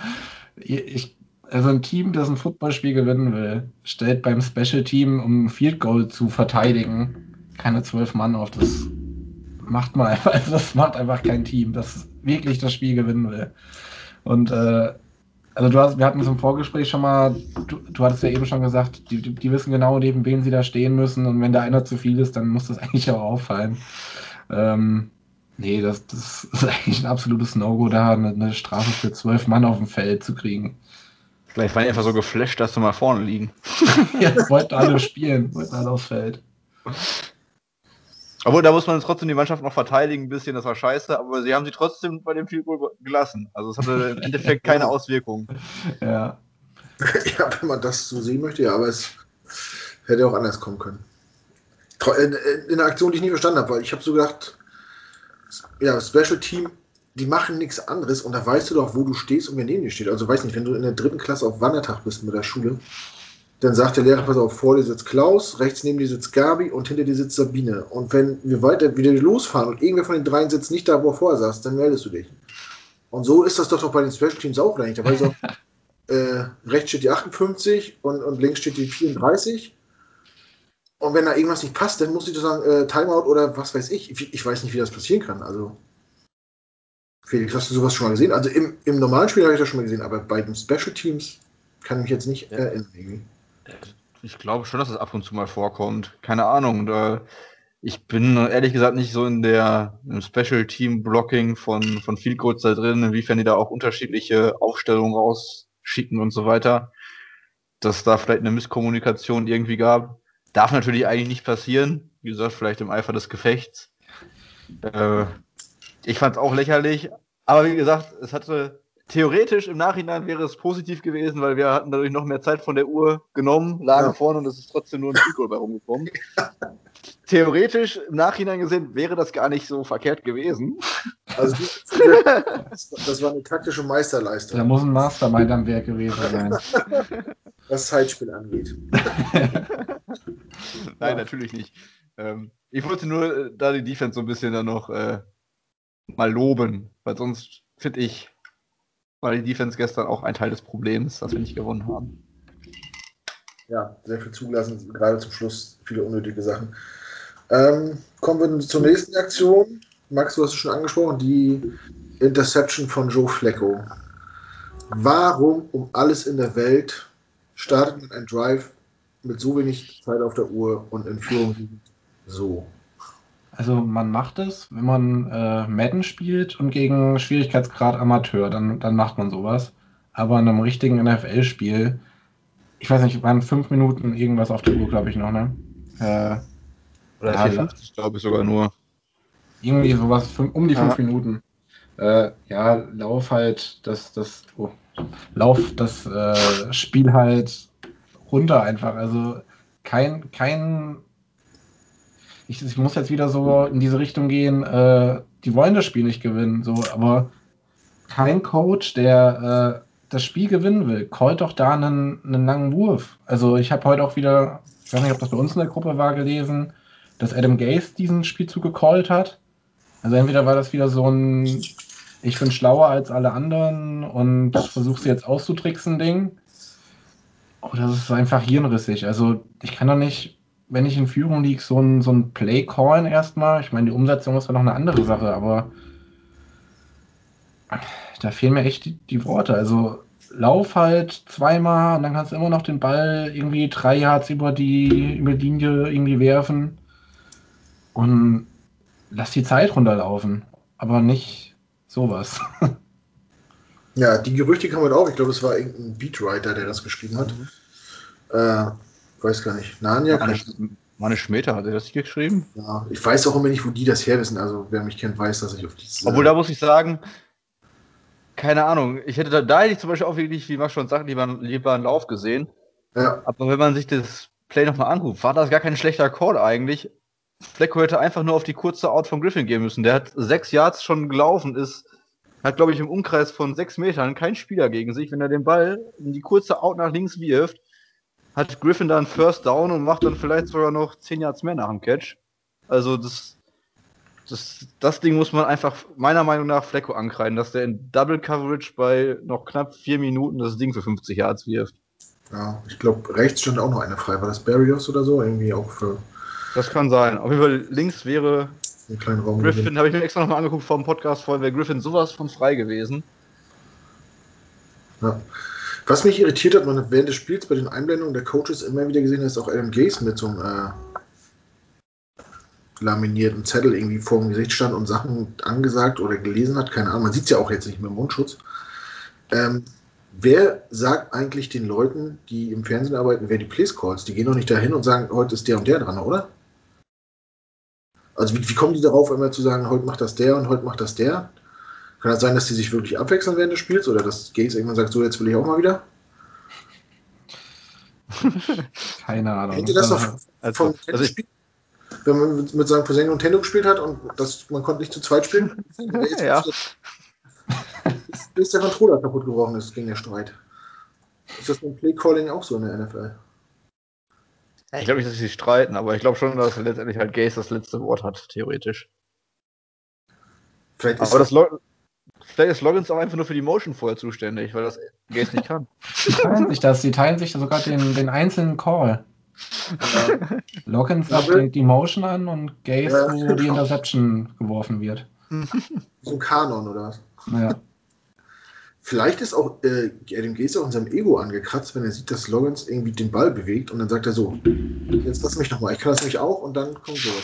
Also ein Team, das ein Footballspiel gewinnen will, stellt beim Special Team, um ein Field Goal zu verteidigen, keine 12 Mann auf. Das macht man einfach, also das macht einfach kein Team, das wirklich das Spiel gewinnen will. Und also wir hatten es im Vorgespräch schon mal, du hattest ja eben schon gesagt, die wissen genau, neben wen sie da stehen müssen und wenn da einer zu viel ist, dann muss das eigentlich auch auffallen. Ähm, Nee, das ist eigentlich ein absolutes No-Go, da eine Strafe für 12 Mann auf dem Feld zu kriegen. Vielleicht waren die einfach so geflasht, dass sie mal vorne liegen. Ja, wollten alle spielen, wollten alle aufs Feld. Obwohl, da muss man trotzdem die Mannschaft noch verteidigen, ein bisschen, das war scheiße, aber sie haben sie trotzdem bei dem Field Goal gelassen. Also es hatte im Endeffekt keine Ja. Auswirkungen. Ja, Ja, wenn man das so sehen möchte, ja, aber es hätte auch anders kommen können. In einer Aktion, die ich nie verstanden habe, weil ich habe so gedacht, ja, Special Team die machen nichts anderes und da weißt du doch, wo du stehst und wer neben dir steht. Also weiß nicht, wenn du in der 3. Klasse auf Wandertag bist mit der Schule, dann sagt der Lehrer, pass auf, vor dir sitzt Klaus, rechts neben dir sitzt Gabi und hinter dir sitzt Sabine. Und wenn wir weiter wieder losfahren und irgendwer von den dreien sitzt nicht da, wo er vorher saß, dann meldest du dich. Und so ist das doch bei den Special Teams auch eigentlich. Da weiß ich auch, rechts steht die 58 und links steht die 34. Und wenn da irgendwas nicht passt, dann muss ich doch sagen, Timeout oder was weiß ich. Ich weiß nicht, wie das passieren kann. Also, Felix, hast du sowas schon mal gesehen? Also im normalen Spiel habe ich das schon mal gesehen, aber bei den Special Teams kann ich mich jetzt nicht erinnern. Irgendwie. Ich glaube schon, dass es ab und zu mal vorkommt. Keine Ahnung. Ich bin ehrlich gesagt nicht so im Special Team Blocking von Field Goals da drin, inwiefern die da auch unterschiedliche Aufstellungen rausschicken und so weiter. Dass da vielleicht eine Misskommunikation irgendwie gab. Darf natürlich eigentlich nicht passieren. Wie gesagt, vielleicht im Eifer des Gefechts. Ich fand es auch lächerlich. Aber wie gesagt, theoretisch im Nachhinein wäre es positiv gewesen, weil wir hatten dadurch noch mehr Zeit von der Uhr genommen, lagen vorne und es ist trotzdem nur ein Field Goal bei rumgekommen. Theoretisch im Nachhinein gesehen wäre das gar nicht so verkehrt gewesen. Also das war eine taktische Meisterleistung. Da muss ein Mastermind am Werk gewesen sein. Was Zeitspiel angeht. Nein, natürlich nicht. Ich wollte nur da die Defense so ein bisschen dann noch mal loben, weil sonst finde ich, war die Defense gestern auch ein Teil des Problems, dass wir nicht gewonnen haben. Ja, sehr viel zugelassen, gerade zum Schluss viele unnötige Sachen. Kommen wir zur nächsten Aktion. Max, du hast es schon angesprochen, die Interception von Joe Flacco. Warum um alles in der Welt startet man einen Drive mit so wenig Zeit auf der Uhr und in Führung liegend so? Also man macht es, wenn man Madden spielt und gegen Schwierigkeitsgrad Amateur, dann macht man sowas. Aber in einem richtigen NFL-Spiel, ich weiß nicht, waren 5 Minuten irgendwas auf der Uhr, glaube ich noch, ne? Oder Ja, 4,50 glaube ich sogar nur. irgendwie sowas, um die 5 Ja. Minuten. Ja, lauf das Spiel halt runter einfach. Also ich muss jetzt wieder so in diese Richtung gehen, die wollen das Spiel nicht gewinnen, so, aber kein Coach, der das Spiel gewinnen will, callt doch da einen langen Wurf. Also ich habe heute auch wieder, ich weiß nicht, ob das bei uns in der Gruppe war, gelesen, dass Adam Gase diesen Spielzug gecallt hat. Also entweder war das wieder so ein ich bin schlauer als alle anderen und versuche sie jetzt auszutricksen Ding. Oder das ist einfach hirnrissig. Also ich kann doch nicht, wenn ich in Führung liege, so ein Play callen erstmal. Ich meine, die Umsetzung ist ja noch eine andere Sache, aber da fehlen mir echt die Worte. Also lauf halt zweimal und dann kannst du immer noch den Ball irgendwie 3 Yards über die Linie irgendwie werfen und lass die Zeit runterlaufen. Aber nicht sowas. Ja, die Gerüchte kamen halt auch. Ich glaube, es war irgendein Beatwriter, der das geschrieben hat. Weiß gar nicht. Narnia? Manne Schmeter hat er das hier geschrieben? Ja, ich weiß auch immer nicht, wo die das her wissen. Also, wer mich kennt, weiß, dass ich auf diese. Obwohl, da muss ich sagen, keine Ahnung. Ich hätte da hätte ich zum Beispiel auch wirklich, wie Max schon sagt, lieber einen Lauf gesehen. Ja, Aber wenn man sich das Play nochmal anguckt, war das gar kein schlechter Call eigentlich. Flacco hätte einfach nur auf die kurze Out von Griffin gehen müssen. Der hat 6 Yards schon gelaufen, hat, glaube ich, im Umkreis von 6 Metern keinen Spieler gegen sich. Wenn er den Ball in die kurze Out nach links wirft, hat Griffin dann First Down und macht dann vielleicht sogar noch 10 Yards mehr nach dem Catch. Also das Ding muss man einfach meiner Meinung nach Flacco ankreiden, dass der in Double Coverage bei noch knapp 4 Minuten das Ding für 50 Yards wirft. ja. Ich glaube, rechts stand auch noch eine frei. War das Barrios oder so? Irgendwie auch für Das kann sein. Auf jeden Fall links wäre einen kleinen Raum Griffin, habe ich mir extra nochmal angeguckt vor dem Podcast vorhin, wäre Griffin sowas von frei gewesen. Ja. Was mich irritiert hat, man hat während des Spiels bei den Einblendungen der Coaches immer wieder gesehen, dass auch Adam Gase mit so einem laminierten Zettel irgendwie vor dem Gesicht stand und Sachen angesagt oder gelesen hat. Keine Ahnung, man sieht es ja auch jetzt nicht mehr im Mundschutz. Wer sagt eigentlich den Leuten, die im Fernsehen arbeiten, wer die Place Calls? Die gehen doch nicht dahin und sagen, heute ist der und der dran, oder? Also wie kommen die darauf, immer zu sagen, heute macht das der und heute macht das der? Kann das sein, dass die sich wirklich abwechseln während des Spiels oder dass Gaze irgendwann sagt, so jetzt will ich auch mal wieder? Keine Kennt ihr Ahnung. das noch vom Also Nintendo-Spiel? Wenn man mit seinem Cousin Nintendo gespielt hat und man konnte nicht zu zweit spielen? ja. bis der Controller kaputt gebrochen ist, ging der Streit. Ist das beim Play-Calling auch so in der NFL? Ich glaube nicht, dass sie sich streiten, aber ich glaube schon, dass letztendlich halt Gaze das letzte Wort hat, theoretisch. Vielleicht ist Aber das, vielleicht ist Loggins auch einfach nur für die Motion vorher zuständig, weil das Gaze nicht kann. Sie teilen sich sogar den einzelnen Call. Loggins sagt Double? die Motion an und Gaze, Ja, wo die genau. Interception geworfen wird. So ein Kanon oder was? Ja. Vielleicht ist auch Adam Gase auch in seinem Ego angekratzt, wenn er sieht, dass Loggins irgendwie den Ball bewegt und dann sagt er so, jetzt lass mich nochmal, ich kann das nämlich auch und dann kommt sowas.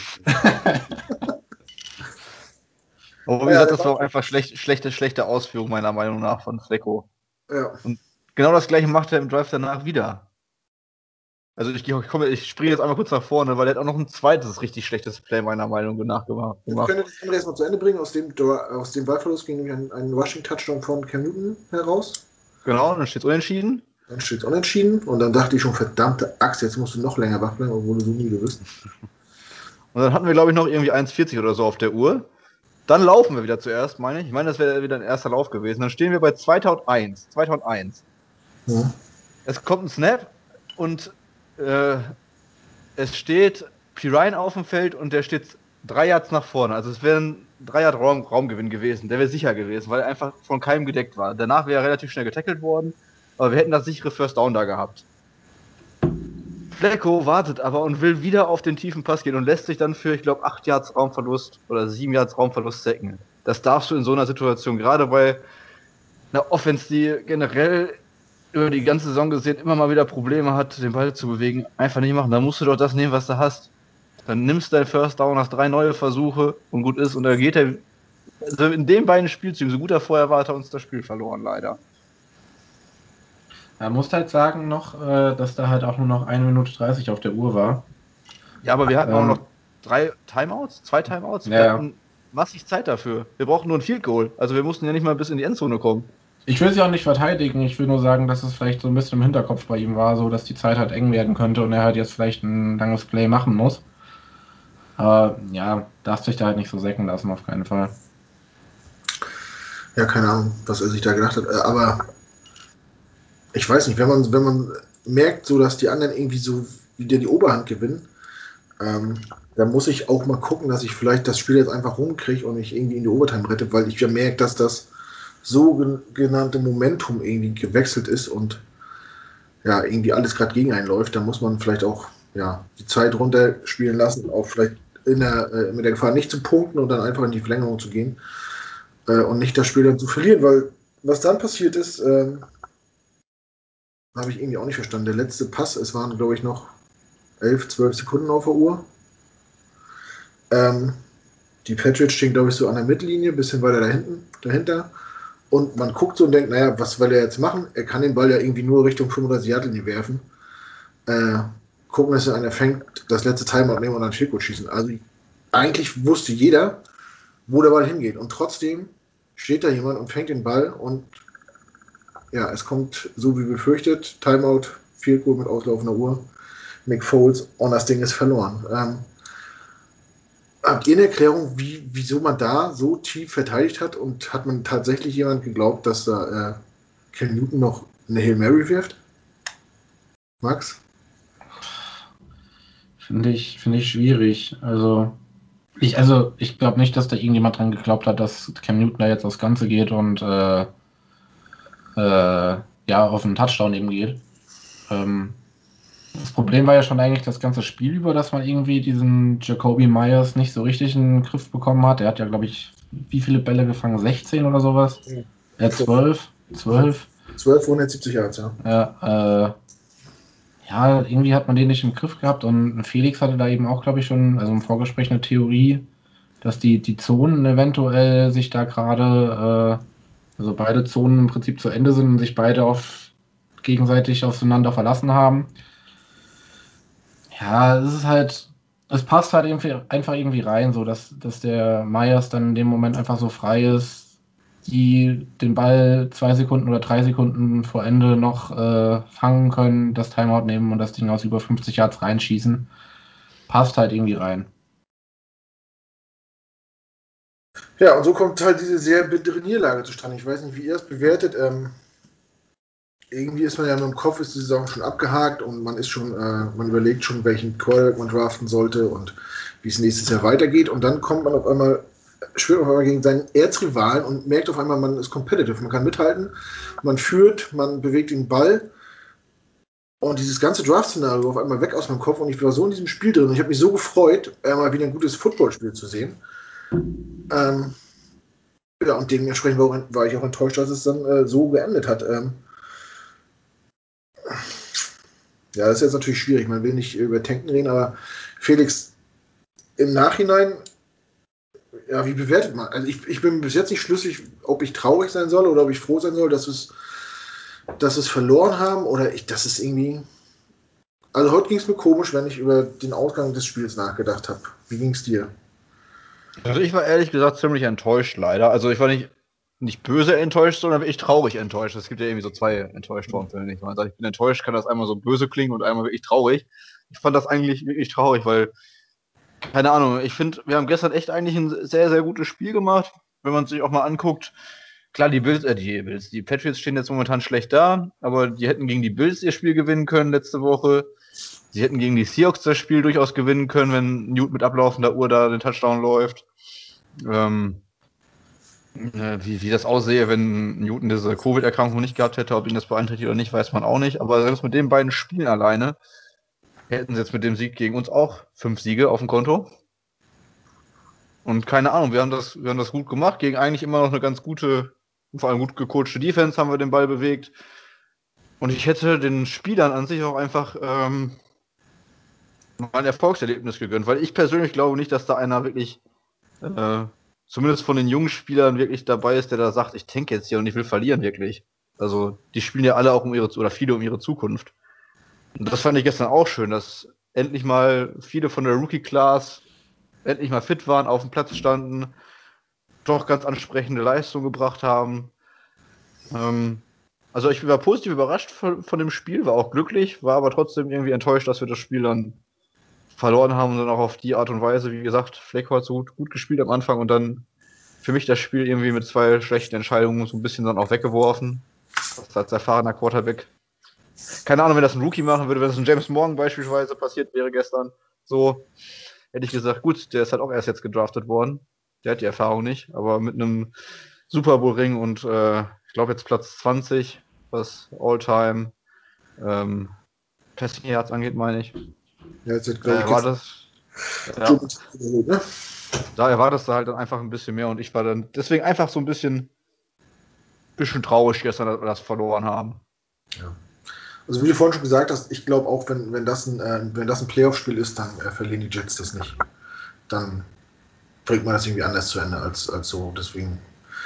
Aber wie Ja, gesagt, der das war auch war, einfach schlechte Ausführung meiner Meinung nach von Flecko. ja. Und genau das gleiche macht er im Drive danach wieder. Also ich springe jetzt einmal kurz nach vorne, weil er hat auch noch ein zweites richtig schlechtes Play meiner Meinung nach gemacht. Wir können das andere erstmal zu Ende bringen. Aus dem Ballverlust ging nämlich ein Rushing-Touchdown von Cam Newton heraus. Genau, dann steht es unentschieden. Dann steht es unentschieden und dann dachte ich schon, verdammte Axt, jetzt musst du noch länger wach bleiben, obwohl du so müde bist. Und dann hatten wir, glaube ich, noch irgendwie 1,40 oder so auf der Uhr. Dann laufen wir wieder zuerst, meine ich. Ich meine, das wäre wieder ein erster Lauf gewesen. Dann stehen wir bei 2001. 2001. Ja. Es kommt ein Snap und es steht Pirine auf dem Feld und der steht 3 Yards nach vorne. Also es wäre ein 3 Yard Raumgewinn gewesen. Der wäre sicher gewesen, weil er einfach von keinem gedeckt war. Danach wäre er relativ schnell getackelt worden, aber wir hätten das sichere First Down da gehabt. Flecko wartet aber und will wieder auf den tiefen Pass gehen und lässt sich dann für, ich glaube, 8 Yards Raumverlust oder 7 Yards Raumverlust sacken. Das darfst du in so einer Situation, gerade bei einer Offense, die generell über die ganze Saison gesehen immer mal wieder Probleme hat, den Ball zu bewegen, einfach nicht machen. Da musst du doch das nehmen, was du hast. Dann nimmst du dein First Down nach 3 neue Versuche und gut ist. Und dann geht er, also in den beiden Spielzügen, so gut er vorher war, hat er uns das Spiel verloren, leider. Man muss halt sagen noch, dass da halt auch nur noch 1 Minute 30 auf der Uhr war. Ja, aber wir hatten auch Ähm, noch 3 Timeouts, 2 Timeouts. Wir ja, hatten massig Zeit dafür. Wir brauchten nur ein Field Goal. Also wir mussten ja nicht mal bis in die Endzone kommen. ich will sie auch nicht verteidigen. Ich will nur sagen, dass es vielleicht so ein bisschen im Hinterkopf bei ihm war, so dass die Zeit halt eng werden könnte und er halt jetzt vielleicht ein langes Play machen muss. Aber ja, darfst dich da halt nicht so säcken lassen, auf keinen Fall. Ja, keine Ahnung, was er sich da gedacht hat. Aber ich weiß nicht, wenn man merkt, so dass die anderen irgendwie so wieder die Oberhand gewinnen, dann muss ich auch mal gucken, dass ich vielleicht das Spiel jetzt einfach rumkriege und mich irgendwie in die Overtime rette, weil ich ja merke, dass das sogenannte Momentum irgendwie gewechselt ist und ja, irgendwie alles gerade gegen einen läuft. Da muss man vielleicht auch ja, die Zeit runterspielen lassen, auch vielleicht mit der Gefahr nicht zu punkten und dann einfach in die Verlängerung zu gehen und nicht das Spiel dann zu verlieren, weil was dann passiert ist, habe ich irgendwie auch nicht verstanden. Der letzte Pass, es waren, glaube ich, noch 11, 12 Sekunden auf der Uhr. Ähm, die Patriots stehen, glaube ich, so an der Mittellinie, ein bisschen weiter dahinter. Und man guckt so und denkt, naja, was will er jetzt machen? Er kann den Ball ja irgendwie nur Richtung 35-Yard-Linie werfen. Äh, gucken, dass er einer fängt, das letzte Timeout nehmen und dann Field Goal schießen. Also eigentlich wusste jeder, wo der Ball hingeht. Und trotzdem steht da jemand und fängt den Ball und ja, es kommt so wie befürchtet, Timeout, Field Goal mit auslaufender Uhr, Nick Foles und das Ding ist verloren. Habt ihr eine Erklärung, wieso man da so tief verteidigt hat und hat man tatsächlich jemand geglaubt, dass da Cam Newton noch eine Hail Mary wirft? Max? Finde ich schwierig. Ich glaube nicht, dass da irgendjemand dran geglaubt hat, dass Cam Newton da jetzt aufs Ganze geht und ja, auf einen Touchdown eben geht. Ähm, Das Problem war ja schon eigentlich das ganze Spiel über, dass man irgendwie diesen Jacoby Myers nicht so richtig in den Griff bekommen hat. Er hat ja, glaube ich, wie viele Bälle gefangen? 16 oder sowas? 12? 12? 1270 Yards, ja. Ja, ja, irgendwie hat man den nicht im Griff gehabt und Felix hatte da eben auch, glaube ich, schon, also im Vorgespräch eine Theorie, dass die Zonen eventuell sich da gerade, also beide Zonen im Prinzip zu Ende sind und sich beide gegenseitig aufeinander verlassen haben. Ja, es ist halt, es passt halt irgendwie, einfach irgendwie rein, so dass der Myers dann in dem Moment einfach so frei ist, die den Ball 2 Sekunden oder 3 Sekunden vor Ende noch fangen können, das Timeout nehmen und das Ding aus über 50 Yards reinschießen. Passt halt irgendwie rein. Ja, und so kommt halt diese sehr bittere Niederlage zustande. Ich weiß nicht, wie ihr es bewertet. Irgendwie ist man ja nur im Kopf, ist die Saison schon abgehakt und man ist schon, man überlegt schon, welchen Quarterback man draften sollte und wie es nächstes Jahr weitergeht. Und dann kommt man auf einmal, spielt man auf einmal gegen seinen Erzrivalen und merkt auf einmal, man ist competitive, man kann mithalten, man führt, man bewegt den Ball. Und dieses ganze Draft-Szenario war auf einmal weg aus meinem Kopf und ich war so in diesem Spiel drin und ich habe mich so gefreut, mal wieder ein gutes Footballspiel zu sehen. Ähm, ja, und dementsprechend war ich auch enttäuscht, dass es dann so geendet hat. Ja, das ist jetzt natürlich schwierig. Man will nicht über Tanken reden, aber Felix, im Nachhinein, ja, wie bewertet man? Also ich bin bis jetzt nicht schlüssig, ob ich traurig sein soll oder ob ich froh sein soll, dass es verloren haben oder dass es irgendwie. Also heute ging es mir komisch, wenn ich über den Ausgang des Spiels nachgedacht habe. Wie ging es dir? Also ich war ehrlich gesagt ziemlich enttäuscht, leider. Also ich war nicht böse enttäuscht, sondern wirklich traurig enttäuscht. Es gibt ja irgendwie so zwei enttäuscht worden, finde ich. Wenn man sagt, ich bin enttäuscht, kann das einmal so böse klingen und einmal wirklich traurig. Ich fand das eigentlich wirklich traurig, weil, keine Ahnung, ich finde, wir haben gestern echt eigentlich ein sehr, sehr gutes Spiel gemacht. Wenn man sich auch mal anguckt, klar, die Patriots stehen jetzt momentan schlecht da, aber die hätten gegen die Bills ihr Spiel gewinnen können letzte Woche. Sie hätten gegen die Seahawks das Spiel durchaus gewinnen können, wenn Newt mit ablaufender Uhr da den Touchdown läuft. Wie das aussehe, wenn Newton diese Covid-Erkrankung nicht gehabt hätte, ob ihn das beeinträchtigt oder nicht, weiß man auch nicht. Aber selbst mit den beiden Spielen alleine hätten sie jetzt mit dem Sieg gegen uns auch 5 Siege auf dem Konto. Und keine Ahnung, wir haben das gut gemacht, gegen eigentlich immer noch eine ganz gute, vor allem gut gecoachte Defense haben wir den Ball bewegt. Und ich hätte den Spielern an sich auch einfach mal ein Erfolgserlebnis gegönnt, weil ich persönlich glaube nicht, dass da einer wirklich äh, zumindest von den jungen Spielern wirklich dabei ist, der da sagt, ich tank jetzt hier und ich will verlieren wirklich. Also die spielen ja alle auch oder viele um ihre Zukunft. Und das fand ich gestern auch schön, dass endlich mal viele von der Rookie-Class endlich mal fit waren, auf dem Platz standen, doch ganz ansprechende Leistungen gebracht haben. Ähm, also ich war positiv überrascht von dem Spiel, war auch glücklich, war aber trotzdem irgendwie enttäuscht, dass wir das Spiel dann verloren haben und dann auch auf die Art und Weise, wie gesagt, Fleck hat so gut gespielt am Anfang und dann für mich das Spiel irgendwie mit 2 schlechten Entscheidungen so ein bisschen dann auch weggeworfen. Das als erfahrener Quarterback. Keine Ahnung, wenn das ein Rookie machen würde, wenn es ein James Morgan beispielsweise passiert wäre gestern, so hätte ich gesagt, gut, der ist halt auch erst jetzt gedraftet worden. Der hat die Erfahrung nicht, aber mit einem Super Bowl-Ring und ich glaube jetzt Platz 20, was All-Time Passing Yards angeht, meine ich. Ja, jetzt hat, glaube ich, War gestern das, ja, Jimmy geholt, ne? da erwartest du halt dann einfach ein bisschen mehr und ich war dann deswegen einfach so ein bisschen traurig gestern, dass wir das verloren haben. Ja. Also wie du vorhin schon gesagt hast, ich glaube auch, wenn das ein Playoff-Spiel ist, dann verlieren die Jets das nicht. Dann bringt man das irgendwie anders zu Ende als so. Deswegen,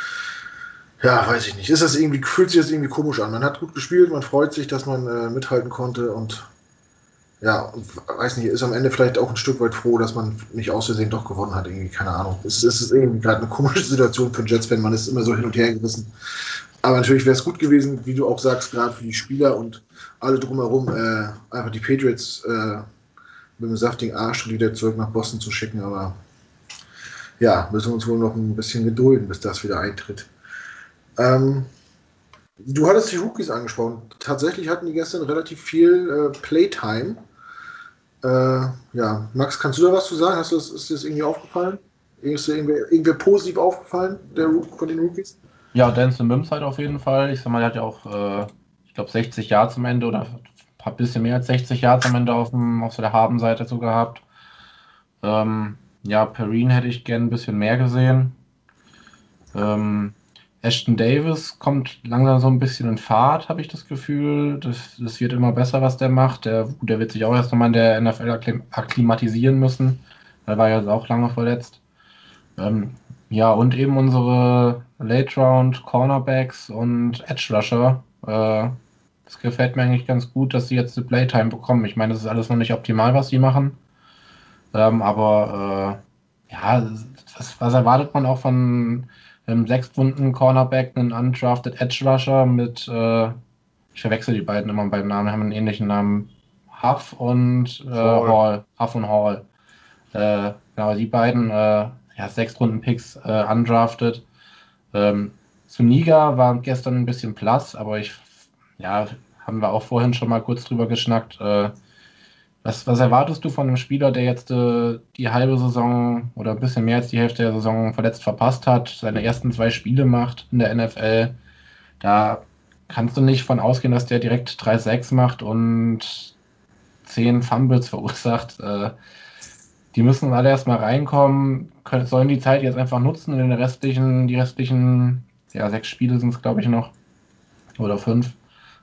ja, weiß ich nicht. Fühlt sich das irgendwie komisch an. Man hat gut gespielt, man freut sich, dass man mithalten konnte und ja, und weiß nicht, ist am Ende vielleicht auch ein Stück weit froh, dass man nicht aus Versehen doch gewonnen hat. Irgendwie, keine Ahnung. Es ist irgendwie gerade eine komische Situation für einen Jets-Fan. Man ist immer so hin und her gerissen. Aber natürlich wäre es gut gewesen, wie du auch sagst, gerade für die Spieler und alle drumherum, einfach die Patriots mit dem saftigen Arsch wieder zurück nach Boston zu schicken. Aber ja, müssen wir uns wohl noch ein bisschen gedulden, bis das wieder eintritt. Ähm, Du hattest die Rookies angesprochen. Tatsächlich hatten die gestern relativ viel Playtime. Ja, Max, kannst du da was zu sagen? Ist dir das irgendwie aufgefallen? Ist dir irgendwer positiv aufgefallen, von den Rookies? Ja, Denzel Mims halt auf jeden Fall. Ich sag mal, der hat ja auch, ich glaube, 60 Yards am Ende oder ein bisschen mehr als 60 Yards am Ende auf so der Habenseite so gehabt. Ja, Perrine hätte ich gern ein bisschen mehr gesehen. Ähm, Ashton Davis kommt langsam so ein bisschen in Fahrt, habe ich das Gefühl. Das wird immer besser, was der macht. Der wird sich auch erst nochmal in der NFL akklimatisieren müssen. Er war ja auch lange verletzt. Ähm, ja, und eben unsere Late Round Cornerbacks und Edge Rusher. Das gefällt mir eigentlich ganz gut, dass sie jetzt die Playtime bekommen. Ich meine, das ist alles noch nicht optimal, was sie machen. Aber ja, was erwartet man auch von einem sechstrunden Cornerback, einen undrafted Edge Rusher mit, ich verwechsel die beiden immer beim Namen, haben einen ähnlichen Namen. Huff und Hall. Hall. Huff und Hall. Genau, die beiden, 6-Runden-Picks undrafted. Zuniga war gestern ein bisschen blass, aber haben wir auch vorhin schon mal kurz drüber geschnackt. Was erwartest du von einem Spieler, der jetzt die halbe Saison oder ein bisschen mehr als die Hälfte der Saison verletzt verpasst hat, seine ersten 2 Spiele macht in der NFL? Da kannst du nicht von ausgehen, dass der direkt 3 Sacks macht und 10 Fumbles verursacht. Die müssen alle erstmal reinkommen, sollen die Zeit jetzt einfach nutzen und die restlichen 6 Spiele sind es, glaube ich, noch. Oder 5.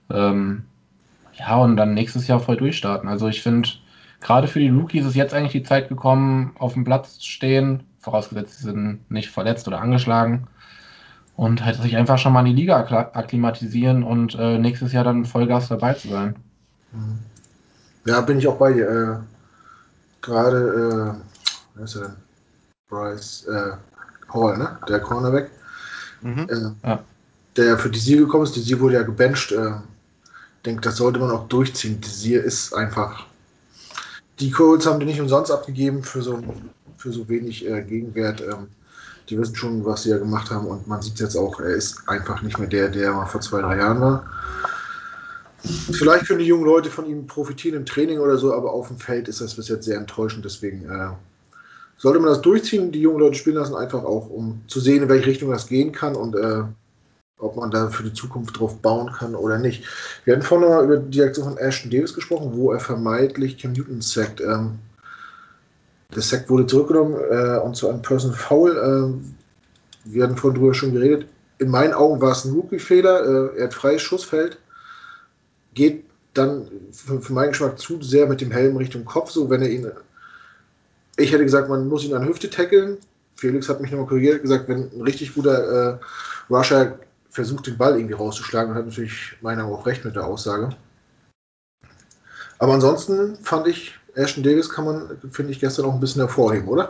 Und dann nächstes Jahr voll durchstarten. Also ich finde, gerade für die Rookies ist jetzt eigentlich die Zeit gekommen, auf dem Platz zu stehen, vorausgesetzt, sie sind nicht verletzt oder angeschlagen. Und halt sich einfach schon mal in die Liga akklimatisieren und nächstes Jahr dann Vollgas dabei zu sein. Ja, bin ich auch bei dir. Gerade, wer ist er denn? Bryce Hall, ne? Der Cornerback. Ja. Der für Desir gekommen ist. Desir wurde ja gebencht. Denke, das sollte man auch durchziehen. Desir ist einfach. Die Colts haben die nicht umsonst abgegeben für so wenig Gegenwert. Die wissen schon, was sie ja gemacht haben und man sieht es jetzt auch, er ist einfach nicht mehr der er mal vor 2, 3 Jahren war. Vielleicht können die jungen Leute von ihm profitieren im Training oder so, aber auf dem Feld ist das bis jetzt sehr enttäuschend. Deswegen sollte man das durchziehen, die jungen Leute spielen lassen, einfach auch, um zu sehen, in welche Richtung das gehen kann und ob man da für die Zukunft drauf bauen kann oder nicht. Wir hatten vorhin mal über die Aktion von Ashton Davis gesprochen, wo er vermeintlich Cam Newton sackt. Der Sack wurde zurückgenommen und zu einem Person Foul. Wir hatten vorhin drüber schon geredet. In meinen Augen war es ein Rookie-Fehler. Er hat freies Schussfeld. Geht dann für meinen Geschmack zu sehr mit dem Helm Richtung Kopf. So, wenn er ihn. Ich hätte gesagt, man muss ihn an Hüfte tackeln. Felix hat mich nochmal korrigiert, gesagt, wenn ein richtig guter Rusher versucht, den Ball irgendwie rauszuschlagen, und hat natürlich meiner auch recht mit der Aussage. Aber ansonsten fand ich, Ashton Davis finde ich, gestern auch ein bisschen hervorheben, oder?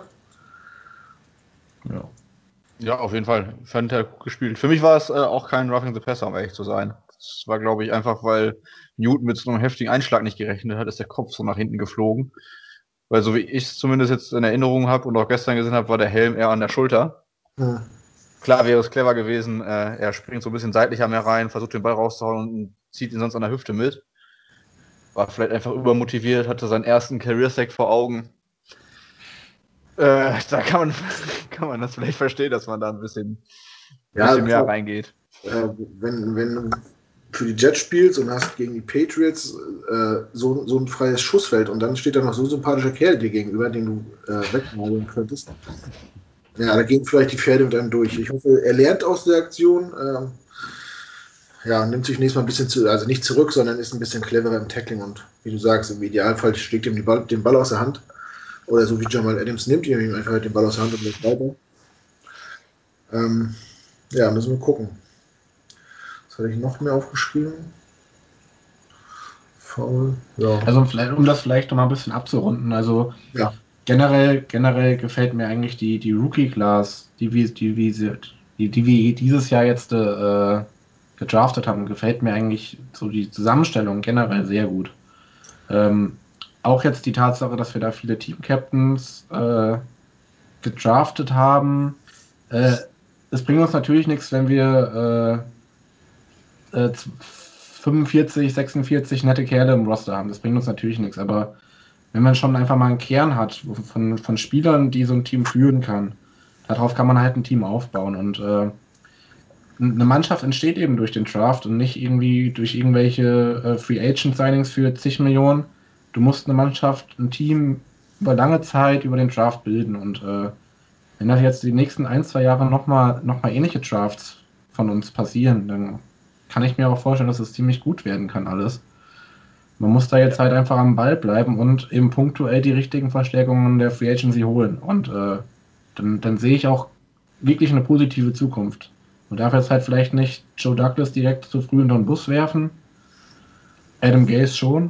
Ja, auf jeden Fall. Fand er gut gespielt. Für mich war es auch kein Roughing the Passer, um ehrlich zu sein. Das war, glaube ich, einfach, weil Newton mit so einem heftigen Einschlag nicht gerechnet hat, ist der Kopf so nach hinten geflogen. Weil so wie ich es zumindest jetzt in Erinnerung habe und auch gestern gesehen habe, war der Helm eher an der Schulter. Klar wäre es clever gewesen, er springt so ein bisschen seitlich am rein, versucht den Ball rauszuhauen und zieht ihn sonst an der Hüfte mit. War vielleicht einfach übermotiviert, hatte seinen ersten Career-Sack vor Augen. Da kann man das vielleicht verstehen, dass man da ein bisschen mehr reingeht. Wenn du für die Jets spielst und hast gegen die Patriots so ein freies Schussfeld und dann steht da noch so ein sympathischer Kerl dir gegenüber, den du wegnageln könntest. Ja, da gehen vielleicht die Pferde mit einem durch. Ich hoffe, er lernt aus der Aktion. Nimmt sich nächstes Mal ein bisschen also nicht zurück, sondern ist ein bisschen cleverer im Tackling und wie du sagst, im Idealfall schlägt ihm den Ball aus der Hand. Oder so wie Jamal Adams nimmt ihm einfach den Ball aus der Hand und läuft weiter. Müssen wir gucken. Was hatte ich noch mehr aufgeschrieben? Foul. Ja. Also um das vielleicht noch mal ein bisschen abzurunden, also generell gefällt mir eigentlich die Rookie-Class, die wir dieses Jahr jetzt gedraftet haben, gefällt mir eigentlich so die Zusammenstellung generell sehr gut. Auch jetzt die Tatsache, dass wir da viele Team-Captains gedraftet haben. Es bringt uns natürlich nichts, wenn wir 45, 46 nette Kerle im Roster haben. Das bringt uns natürlich nichts. Aber wenn man schon einfach mal einen Kern hat von Spielern, die so ein Team führen kann, darauf kann man halt ein Team aufbauen. Und eine Mannschaft entsteht eben durch den Draft und nicht irgendwie durch irgendwelche Free Agent Signings für zig Millionen. Du musst eine Mannschaft, ein Team über lange Zeit über den Draft bilden. Und wenn das jetzt die nächsten 1, 2 Jahre nochmal ähnliche Drafts von uns passieren, dann kann ich mir auch vorstellen, dass es ziemlich gut werden kann alles. Man muss da jetzt halt einfach am Ball bleiben und eben punktuell die richtigen Verstärkungen der Free Agency holen. Und dann sehe ich auch wirklich eine positive Zukunft. Man darf jetzt halt vielleicht nicht Joe Douglas direkt zu früh unter den Bus werfen. Adam Gase schon.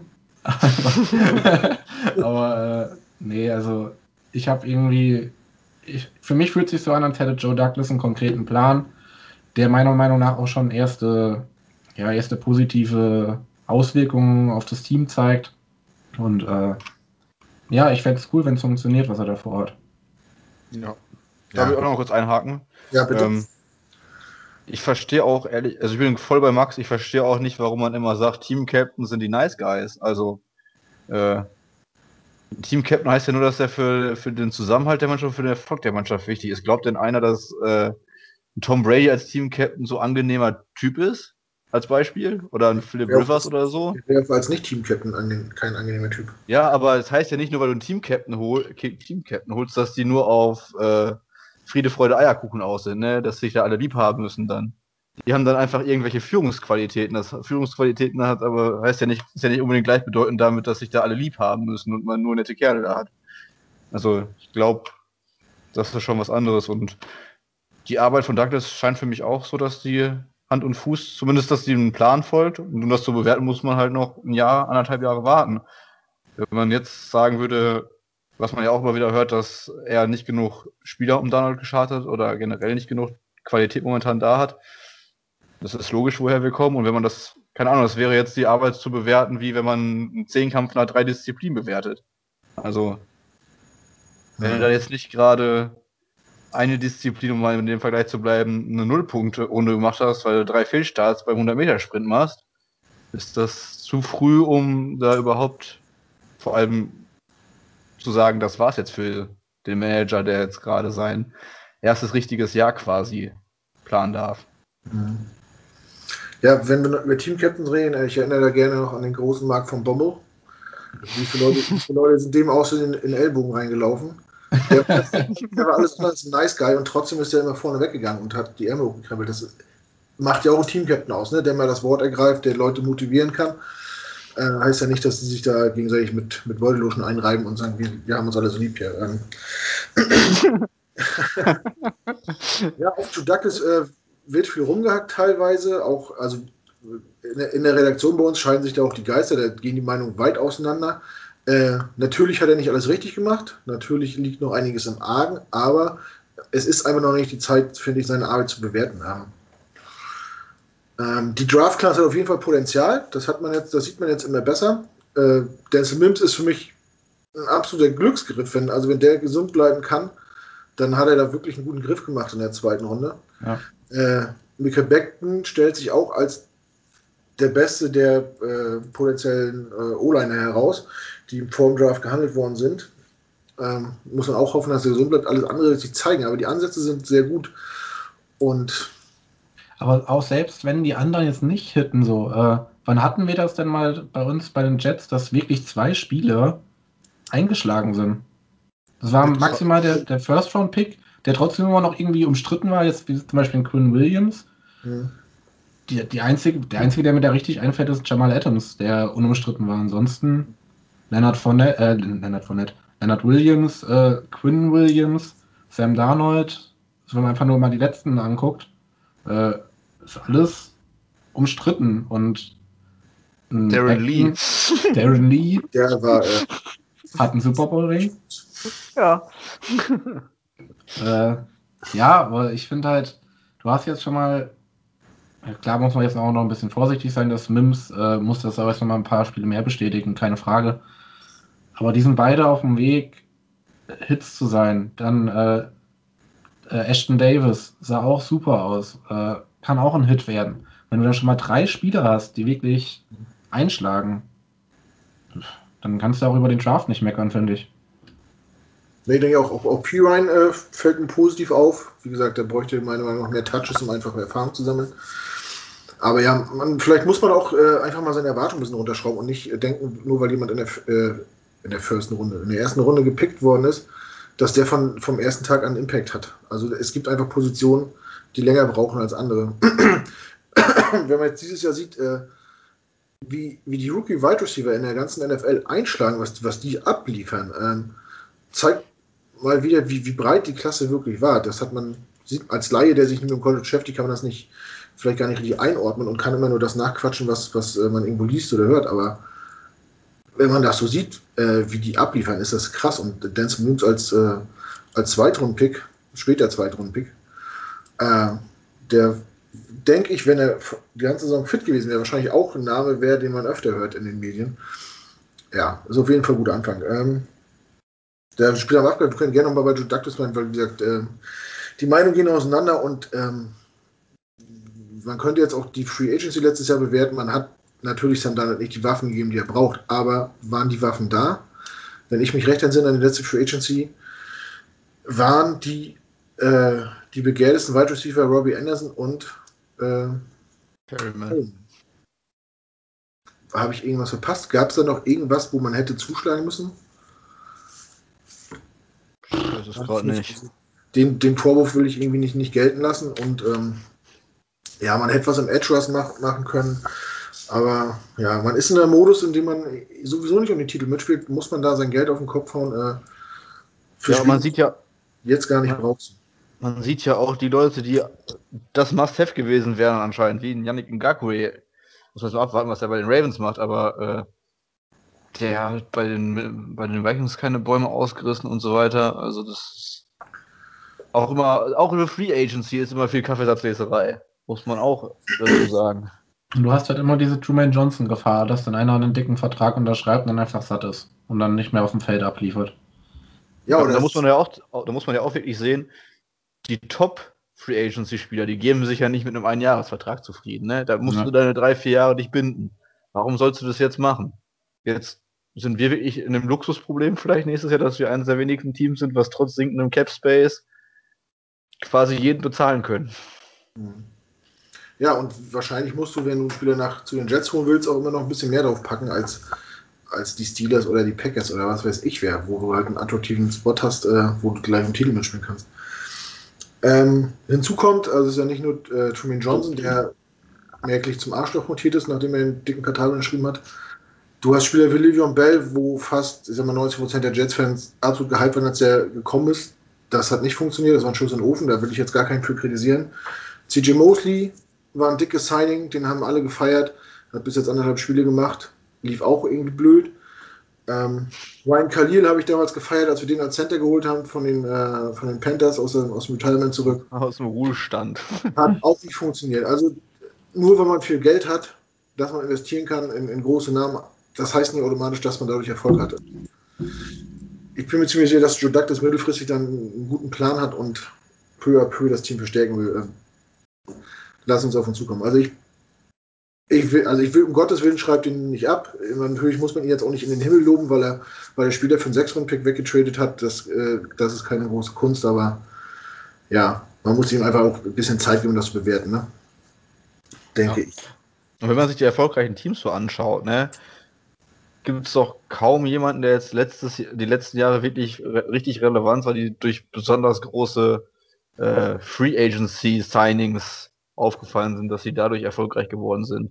Aber nee, also ich habe irgendwie, für mich fühlt es sich so an, als hätte Joe Douglas einen konkreten Plan, der meiner Meinung nach auch schon erste positive Auswirkungen auf das Team zeigt. Und ich fände es cool, wenn es funktioniert, was er da vorhat. Ja. Da will ich auch noch mal kurz einhaken. Ja, bitte. Ich verstehe auch ehrlich, also ich bin voll bei Max, ich verstehe auch nicht, warum man immer sagt, Team-Captain sind die Nice Guys. Also, Team-Captain heißt ja nur, dass er für den Zusammenhalt der Mannschaft, für den Erfolg der Mannschaft wichtig ist. Glaubt denn einer, dass Tom Brady als Team-Captain so angenehmer Typ ist? Als Beispiel? Oder ein Philip Rivers oder so? Ich wäre als Nicht-Team-Captain kein angenehmer Typ. Ja, aber es heißt ja nicht nur, weil du einen Team-Captain holst, dass die nur auf Friede, Freude, Eierkuchen aus sind, ne? Dass sich da alle lieb haben müssen dann. Die haben dann einfach irgendwelche Führungsqualitäten. Das Führungsqualitäten hat aber, ist ja nicht unbedingt gleichbedeutend damit, dass sich da alle lieb haben müssen und man nur nette Kerle da hat. Also, ich glaube, das ist schon was anderes. Und die Arbeit von Douglas scheint für mich auch so, dass die Hand und Fuß, zumindest, dass die einen Plan folgt. Und um das zu bewerten, muss man halt noch ein Jahr, 1,5 Jahre warten. Wenn man jetzt sagen würde, was man ja auch immer wieder hört, dass er nicht genug Spieler um Donald geschart hat oder generell nicht genug Qualität momentan da hat, das ist logisch, woher wir kommen. Und wenn man das, keine Ahnung, das wäre jetzt die Arbeit zu bewerten, wie wenn man einen Zehnkampf nach 3 Disziplinen bewertet. Also, wenn du da jetzt nicht gerade eine Disziplin, um mal in dem Vergleich zu bleiben, eine Nullpunkte ohne gemacht hast, weil du 3 Fehlstarts beim 100-Meter-Sprint machst, ist das zu früh, um da überhaupt vor allem zu sagen, das war's jetzt für den Manager, der jetzt gerade sein erstes richtiges Jahr quasi planen darf. Ja, wenn wir über Team-Captains reden, ich erinnere da gerne noch an den großen Mark von Bommel. Wie viele Leute sind dem aus in den Ellbogen reingelaufen? Der war alles andere als ein Nice Guy und trotzdem ist er immer vorne weggegangen und hat die Ärmel hochgekrabbelt. Das macht ja auch ein Team-Captain aus, ne? Der mal das Wort ergreift, der Leute motivieren kann. Heißt ja nicht, dass sie sich da gegenseitig mit Beuteloschen einreiben und sagen, wir haben uns alle so lieb hier. Ja, auf Joe Douglas wird viel rumgehackt teilweise, auch, also in der Redaktion bei uns scheiden sich da auch die Geister, da gehen die Meinungen weit auseinander. Natürlich hat er nicht alles richtig gemacht, natürlich liegt noch einiges im Argen, aber es ist einfach noch nicht die Zeit, finde ich, seine Arbeit zu bewerten. Die Draft-Klasse hat auf jeden Fall Potenzial, das sieht man jetzt immer besser. Denzel Mims ist für mich ein absoluter Glücksgriff, wenn der gesund bleiben kann, dann hat er da wirklich einen guten Griff gemacht in der zweiten Runde. Ja. Mikael Beckton stellt sich auch als der Beste der potenziellen O-Liner heraus, die vor dem Draft gehandelt worden sind. Muss man auch hoffen, dass er gesund bleibt. Alles andere wird sich zeigen, aber die Ansätze sind sehr gut. Und Aber auch selbst wenn die anderen jetzt nicht hitten, so, wann hatten wir das denn mal bei uns bei den Jets, dass wirklich 2 Spieler eingeschlagen sind? Das war maximal der First-Round-Pick, der trotzdem immer noch irgendwie umstritten war, jetzt wie zum Beispiel Quinn Williams. Der einzige, der mir da richtig einfällt, ist Jamal Adams, der unumstritten war. Ansonsten Leonard Williams, Quinn Williams, Sam Darnold, wenn man einfach nur mal die letzten anguckt, ist alles umstritten. Und Darren Lee. Darren Lee der war hat einen Super Bowl-Ring. Ja. Ja, aber ich finde halt, du hast jetzt schon mal, klar muss man jetzt auch noch ein bisschen vorsichtig sein, dass Mims muss das aber erst noch mal ein paar Spiele mehr bestätigen, keine Frage. Aber die sind beide auf dem Weg, Hits zu sein. Dann Ashton Davis sah auch super aus, kann auch ein Hit werden. Wenn du dann schon mal 3 Spieler hast, die wirklich einschlagen, dann kannst du auch über den Draft nicht meckern, finde ich. ich denke auch Pirine fällt mir positiv auf. Wie gesagt, der bräuchte meiner Meinung nach mehr Touches, um einfach mehr Erfahrung zu sammeln. Aber ja, vielleicht muss man auch einfach mal seine Erwartungen ein bisschen runterschrauben und nicht denken, nur weil jemand in der ersten Runde gepickt worden ist, dass der vom ersten Tag an Impact hat. Also es gibt einfach Positionen, die länger brauchen als andere. Wenn man jetzt dieses Jahr sieht, wie die Rookie-Wide Receiver in der ganzen NFL einschlagen, was die abliefern, zeigt mal wieder, wie breit die Klasse wirklich war. Das hat man, sieht als Laie, der sich nicht mit dem College beschäftigt, kann man das nicht, vielleicht gar nicht richtig einordnen und kann immer nur das nachquatschen, was man irgendwo liest oder hört. Aber wenn man das so sieht, wie die abliefern, ist das krass. Und Denzel Mims als Zweitrunden-Pick, später Zweitrunden-Pick, der, denke ich, wenn er die ganze Saison fit gewesen wäre, wahrscheinlich auch ein Name wäre, den man öfter hört in den Medien. Ja, ist auf jeden Fall ein guter Anfang. Der Spieler macht, wir können gerne nochmal bei Joe Douglas bleiben, weil, wie gesagt, die Meinungen gehen auseinander und man könnte jetzt auch die Free Agency letztes Jahr bewerten. Man hat natürlich Sam Darnold nicht die Waffen gegeben, die er braucht, aber waren die Waffen da? Wenn ich mich recht entsinne an die letzte Free Agency, waren die begehrtesten Wide Receiver Robbie Anderson und Perryman. Habe ich irgendwas verpasst? Gab es da noch irgendwas, wo man hätte zuschlagen müssen? Ich weiß es gerade nicht. Den Vorwurf will ich irgendwie nicht gelten lassen und ja, man hätte was im Edge Rush machen können, aber ja, man ist in einem Modus, in dem man sowieso nicht um den Titel mitspielt, muss man da sein Geld auf den Kopf hauen. Für Ja, man sieht ja, jetzt gar nicht brauchst. man sieht ja auch die Leute, die das Must-Have gewesen wären anscheinend, wie ein Yannick Ngakoue. Muss man mal abwarten, was er bei den Ravens macht, aber der hat bei den Vikings keine Bäume ausgerissen und so weiter. Also das ist auch über Free Agency ist immer viel Kaffeesatzleserei. Muss man auch dazu sagen. Und du hast halt immer diese Truman Johnson-Gefahr, dass dann einer einen dicken Vertrag unterschreibt und dann einfach satt ist und dann nicht mehr auf dem Feld abliefert. Ja, und da muss man ja auch wirklich sehen, die Top Free Agency Spieler, die geben sich ja nicht mit einem Einjahresvertrag zufrieden. Ne? Da musst du deine 3-4 Jahre dich binden. Warum sollst du das jetzt machen? Jetzt sind wir wirklich in einem Luxusproblem vielleicht nächstes Jahr, dass wir eines der wenigen Teams sind, was trotz sinkendem Cap Space quasi jeden bezahlen können. Ja, und wahrscheinlich musst du, wenn du einen Spieler zu den Jets holen willst, auch immer noch ein bisschen mehr drauf packen als die Steelers oder die Packers oder was weiß ich wer, wo du halt einen attraktiven Spot hast, wo du gleich im Titel mitspielen kannst. Hinzu kommt, also es ist ja nicht nur Truman Johnson, der merklich zum Arschloch mutiert ist, nachdem er den dicken Vertrag unterschrieben hat. Du hast Spieler wie Le'Veon Bell, wo fast, ich sag mal, 90% der Jets-Fans absolut gehypt waren, als er gekommen ist. Das hat nicht funktioniert, das war ein Schuss in den Ofen, da will ich jetzt gar keinen für kritisieren. CJ Mosley war ein dickes Signing, den haben alle gefeiert, hat bis jetzt 1,5 Spiele gemacht, lief auch irgendwie blöd. Ryan Khalil habe ich damals gefeiert, als wir den als Center geholt haben von den Panthers aus dem Retirement zurück. Aus dem Ruhestand. Hat auch nicht funktioniert. Also nur wenn man viel Geld hat, dass man investieren kann in große Namen, das heißt nicht automatisch, dass man dadurch Erfolg hatte. Ich bin mir ziemlich sicher, dass Joe Douglas mittelfristig dann einen guten Plan hat und peu à peu das Team verstärken will. Lass uns auf uns zukommen. Ich will um Gottes Willen, schreibt ihn nicht ab. Natürlich muss man ihn jetzt auch nicht in den Himmel loben, weil der Spieler für einen 6-Rund-Pick weggetradet hat. Das ist keine große Kunst, aber ja, man muss ihm einfach auch ein bisschen Zeit geben, das zu bewerten, ne? Denke ich. Und wenn man sich die erfolgreichen Teams so anschaut, ne, gibt es doch kaum jemanden, der jetzt die letzten Jahre wirklich richtig relevant war, die durch besonders große Free Agency Signings aufgefallen sind, dass sie dadurch erfolgreich geworden sind.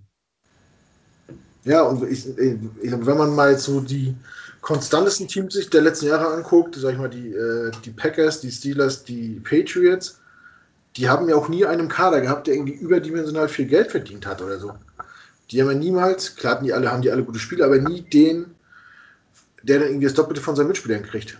Ja, und wenn man mal so die konstantesten Teams sich der letzten Jahre anguckt, sag ich mal, die Packers, die Steelers, die Patriots, die haben ja auch nie einen Kader gehabt, der irgendwie überdimensional viel Geld verdient hat oder so. Die haben ja niemals, klar haben die alle gute Spiele, aber nie den, der dann irgendwie das Doppelte von seinen Mitspielern kriegt.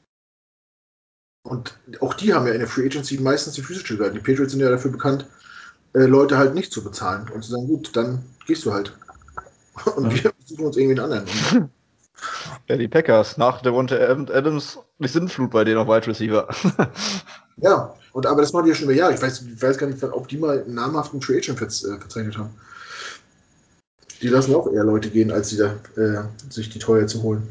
Und auch die haben ja in der Free Agency meistens die Füße stillgehalten. Die Patriots sind ja dafür bekannt, Leute halt nicht zu bezahlen und zu sagen, gut, dann gehst du halt. Und wir suchen uns irgendwie einen anderen. Und Ja, die Packers nach Devonta Adams, die sind Flut bei denen auf Wide Receiver. ja, aber das machen die ja schon über Jahre. Ich weiß gar nicht, ob die mal einen namhaften Free Agent verzeichnet haben. Die lassen auch eher Leute gehen, als sich die teuer zu holen.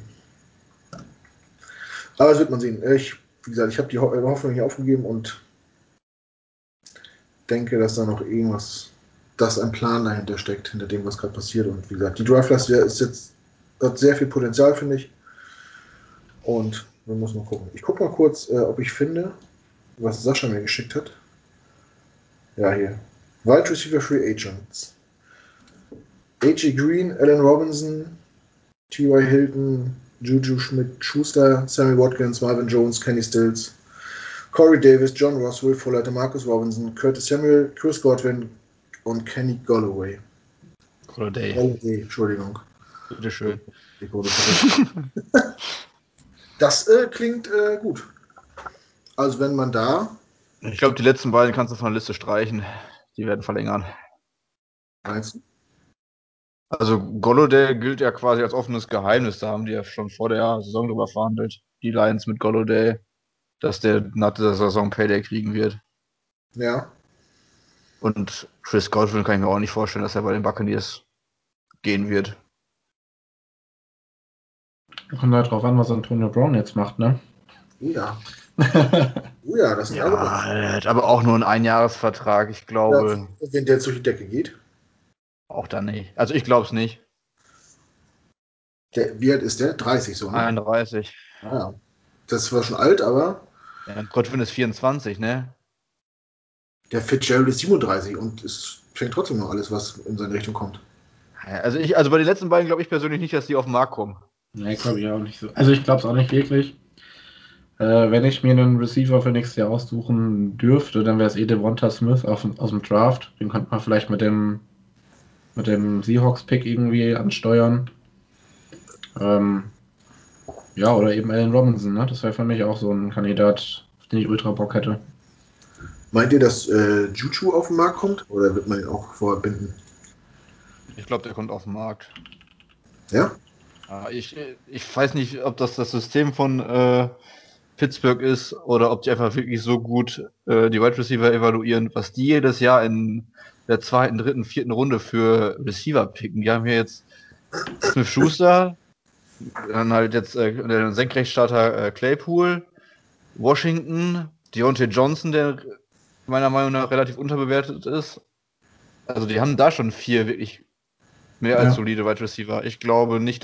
Aber das wird man sehen. Wie gesagt, ich habe die Hoffnung hier aufgegeben und denke, dass da noch dass ein Plan dahinter steckt, hinter dem, was gerade passiert. Und wie gesagt, die Draft-Class hat sehr viel Potenzial, finde ich. Und wir müssen mal gucken. Ich gucke mal kurz, ob ich finde, was Sascha mir geschickt hat. Ja, hier. Wide Receiver Free Agents. A.J. Green, Allen Robinson, T.Y. Hilton, Juju Smith-Schuster, Sammy Watkins, Marvin Jones, Kenny Stills, Corey Davis, John Ross, Will Fuller, Demarcus Robinson, Curtis Samuel, Chris Godwin und Kenny Golladay. Golladay, Entschuldigung. Bitteschön. Das klingt gut. Also wenn man da... Ich glaube, die letzten beiden kannst du von der Liste streichen. Die werden verlängern. Meinst du? Also Golladay gilt ja quasi als offenes Geheimnis. Da haben die ja schon vor der Saison drüber verhandelt. die Lions mit Golladay, dass der nach dieser Saison Payday kriegen wird. Ja. Und Chris Godwin kann ich mir auch nicht vorstellen, dass er bei den Buccaneers gehen wird. Kommt halt drauf an, was Antonio Brown jetzt macht, ne? Ja. Das sind Ja, Argumente. er hat aber auch nur einen Einjahresvertrag. Ich Ja, glaube, wenn der jetzt durch die Decke geht. auch dann nicht. Also ich glaube es nicht. Wie alt ist der? 30 so, ne? 31. Ja. Das war schon alt, aber Ja, Godwin ist 24, ne? der Fitzgerald ist 37 und es fängt trotzdem noch alles, was in seine Richtung kommt. Also bei den letzten beiden glaube ich persönlich nicht, dass die auf den Markt kommen. Nee, glaube ich auch nicht so. Also ich glaube es auch nicht wirklich. Wenn ich mir einen Receiver für nächstes Jahr aussuchen dürfte, dann wäre es Devonta Smith aus dem Draft. Den könnte man vielleicht mit dem Seahawks-Pick irgendwie ansteuern. Ja, oder eben Allen Robinson, ne? Das wäre für mich auch so ein Kandidat, auf den ich ultra Bock hätte. Meint ihr, dass Juju auf den Markt kommt? Oder wird man ihn auch vorher binden? Ich glaube, der kommt auf den Markt. Ja? Ich weiß nicht, ob das System von Pittsburgh ist oder ob die einfach wirklich so gut die Wide Receiver evaluieren, was die jedes Jahr in der zweiten, dritten, vierten Runde für Receiver picken. Die haben hier jetzt Smith Schuster, dann halt jetzt der Senkrechtstarter Claypool, Washington, Deontay Johnson, der meiner Meinung nach relativ unterbewertet ist. Also die haben da schon 4 wirklich mehr als Ja. solide Wide Receiver. Ich glaube nicht,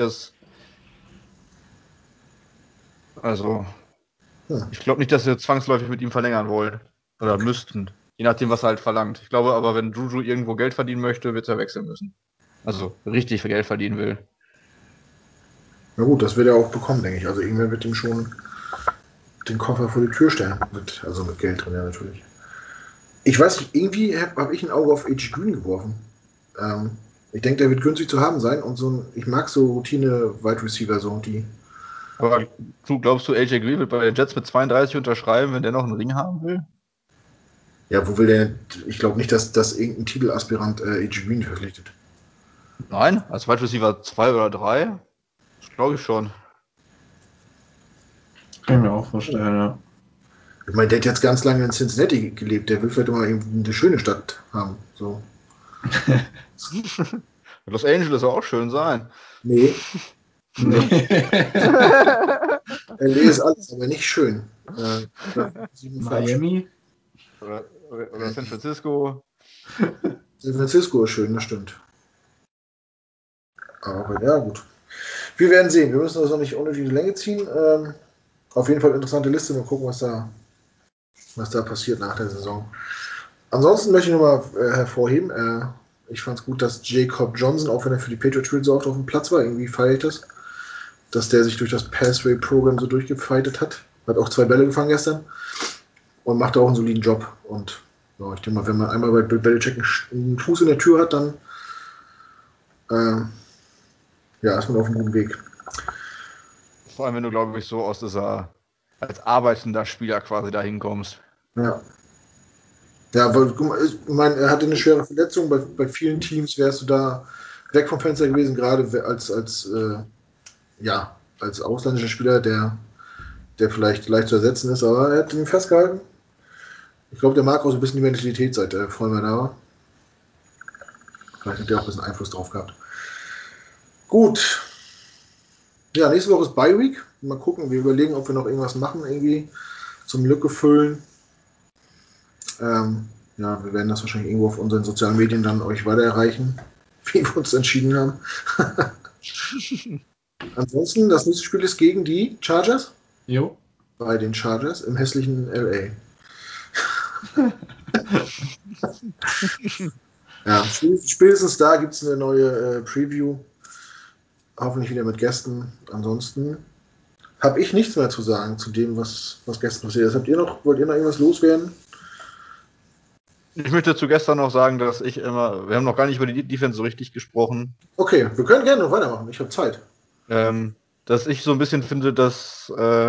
also Hm. ich glaube nicht, dass sie zwangsläufig mit ihm verlängern wollen. Oder müssten. Je nachdem, was er halt verlangt. Ich glaube aber, wenn Juju irgendwo Geld verdienen möchte, wird er wechseln müssen. Also richtig viel Geld verdienen will. Na gut, das wird er auch bekommen, denke ich. Also irgendwer wird ihm schon den Koffer vor die Tür stellen. Also mit Geld drin, ja, natürlich. Ich weiß nicht, irgendwie habe ich ein Auge auf AJ Green geworfen. Ähm, ich denke, der wird günstig zu haben sein und ich mag so Routine-Wide Receiver, so die. Aber glaubst du, AJ Green wird bei den Jets mit 32 unterschreiben, wenn der noch einen Ring haben will? Ja, wo will der? Ich glaube nicht, dass irgendein Titelaspirant AJ Green verpflichtet. Nein, als Wide Receiver 2 oder 3? Das glaube ich schon. Kann ich mir auch vorstellen, ja. Ich meine, der hat jetzt ganz lange in Cincinnati gelebt. Der will vielleicht mal irgendwie eine schöne Stadt haben. So. Los Angeles soll auch schön sein. Nee, Nee. LA ist alles, aber nicht schön. 57. Miami? Oder San Francisco. San Francisco ist schön, das stimmt. Aber ja, gut. Wir werden sehen. Wir müssen das noch nicht unnötig in die Länge ziehen. Auf jeden Fall interessante Liste. Mal gucken, was da passiert nach der Saison. Ansonsten möchte ich nochmal hervorheben, ich fand es gut, dass Jacob Johnson, auch wenn er für die Patriots spielt, so oft auf dem Platz war, irgendwie feilt es, dass der sich durch das Pass-Ray-Programm so durchgefeitet hat. Hat auch 2 Bälle gefangen gestern und macht auch einen soliden Job. Und ja, ich denke mal, wenn man einmal bei Bill Belichick einen Fuß in der Tür hat, dann äh, ja, ist man auf einem guten Weg. Vor allem, wenn du, glaube ich, so aus dieser als arbeitender Spieler quasi dahin kommst. Ja. Ja, weil, guck mal, ich meine, er hatte eine schwere Verletzung. Bei vielen Teams wärst du da weg vom Fenster gewesen, gerade als ausländischer Spieler, der vielleicht leicht zu ersetzen ist, aber er hat ihn festgehalten. Ich glaube, der mag auch so ein bisschen die Mentalität, seit er vorher da war. Vielleicht hat der auch ein bisschen Einfluss drauf gehabt. Gut. Ja, nächste Woche ist Bye Week. Mal gucken, wir überlegen, ob wir noch irgendwas machen, irgendwie zum Lücke füllen. Ja, wir werden das wahrscheinlich irgendwo auf unseren sozialen Medien dann euch weiter erreichen, wie wir uns entschieden haben. Ansonsten, das nächste Spiel ist gegen die Chargers. Jo. Bei den Chargers im hässlichen LA. Ja, spätestens da gibt es eine neue Preview. Hoffentlich wieder mit Gästen. Ansonsten habe ich nichts mehr zu sagen zu dem, was gestern passiert ist. Wollt ihr noch irgendwas loswerden? Ich möchte zu gestern noch sagen, dass wir haben noch gar nicht über die Defense so richtig gesprochen, Okay, wir können gerne noch weitermachen. Ich habe Zeit. dass ich so ein bisschen finde, dass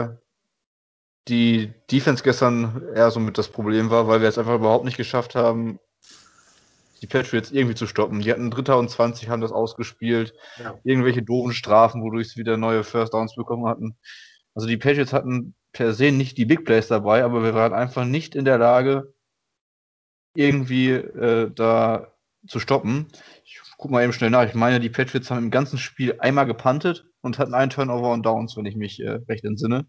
die Defense gestern eher so mit das Problem war, weil wir es einfach überhaupt nicht geschafft haben, die Patriots irgendwie zu stoppen. Die hatten Dritter und 20, haben das ausgespielt. Ja. Irgendwelche doofen Strafen, wodurch sie wieder neue First Downs bekommen hatten. Also die Patriots hatten per se nicht die Big Plays dabei, aber wir waren einfach nicht in der Lage, irgendwie da zu stoppen. Ich guck mal eben schnell nach. Ich meine, die Patriots haben im ganzen Spiel einmal gepuntet und hatten einen Turnover und Downs, wenn ich mich recht entsinne.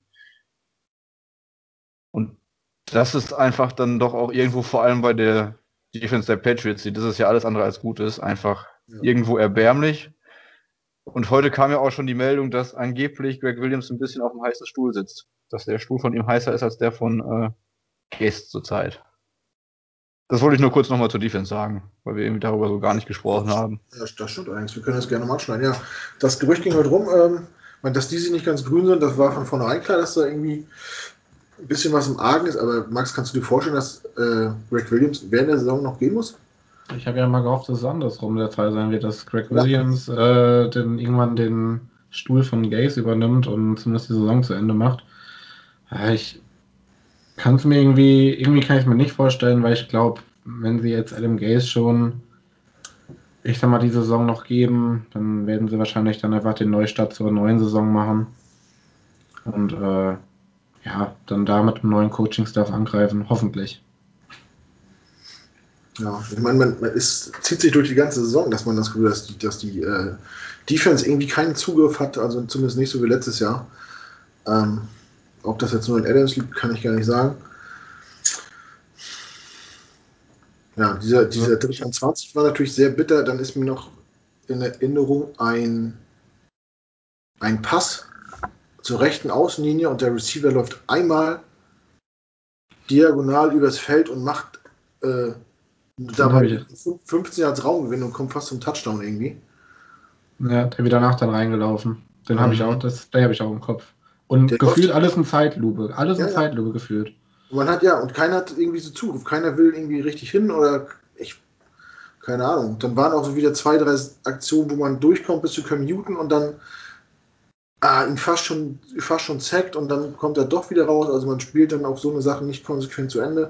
Und das ist einfach dann doch auch irgendwo, vor allem bei der Defense der Patriots, die das ist ja alles andere als gut ist, einfach irgendwo erbärmlich. Und heute kam ja auch schon die Meldung, dass angeblich Greg Williams ein bisschen auf dem heißen Stuhl sitzt. Dass der Stuhl von ihm heißer ist als der von Case zurzeit. Das wollte ich nur kurz nochmal zur Defense sagen, weil wir irgendwie darüber so gar nicht gesprochen haben. Ja, das stimmt eigentlich. Wir können das gerne mal anschneiden. Ja, das Gerücht ging heute rum, dass die nicht ganz grün sind, das war von vornherein klar, dass da irgendwie ein bisschen was im Argen ist. Aber Max, kannst du dir vorstellen, dass Greg Williams während der Saison noch gehen muss? Ich habe ja mal gehofft, dass es andersrum der Fall sein wird, dass Greg Ja. Williams dann irgendwann den Stuhl von Gase übernimmt und zumindest die Saison zu Ende macht. Ja, ich kann es mir irgendwie kann ich es mir nicht vorstellen, weil ich glaube, wenn sie jetzt Adam Gase schon, ich sag mal, die Saison noch geben, dann werden sie wahrscheinlich dann einfach den Neustart zur neuen Saison machen. Und ja, dann da mit einem neuen Coaching-Staff angreifen, hoffentlich. Ja, ich meine, zieht sich durch die ganze Saison, dass man das Gefühl hat, dass die Defense irgendwie keinen Zugriff hat, also zumindest nicht so wie letztes Jahr. Ob das jetzt nur in Adams liegt, kann ich gar nicht sagen. Ja, dieser 23 war natürlich sehr bitter. Dann ist mir noch in Erinnerung ein Pass zur rechten Außenlinie und der Receiver läuft einmal diagonal übers Feld und macht dabei 15 Yards Raumgewinn und kommt fast zum Touchdown irgendwie. Ja, der wieder nach dann reingelaufen. Den habe ich auch, der habe ich auch im Kopf. Und Der gefühlt läuft, alles in Zeitlupe. Alles in ja, ja. Zeitlupe gefühlt. Und und keiner hat irgendwie so Zugriff. Keiner will irgendwie richtig hin oder keine Ahnung. Dann waren auch so wieder 2, 3 Aktionen, wo man durchkommt bis zu Cam Newton und dann ihn fast schon sackt und dann kommt er doch wieder raus. Also man spielt dann auch so eine Sache nicht konsequent zu Ende.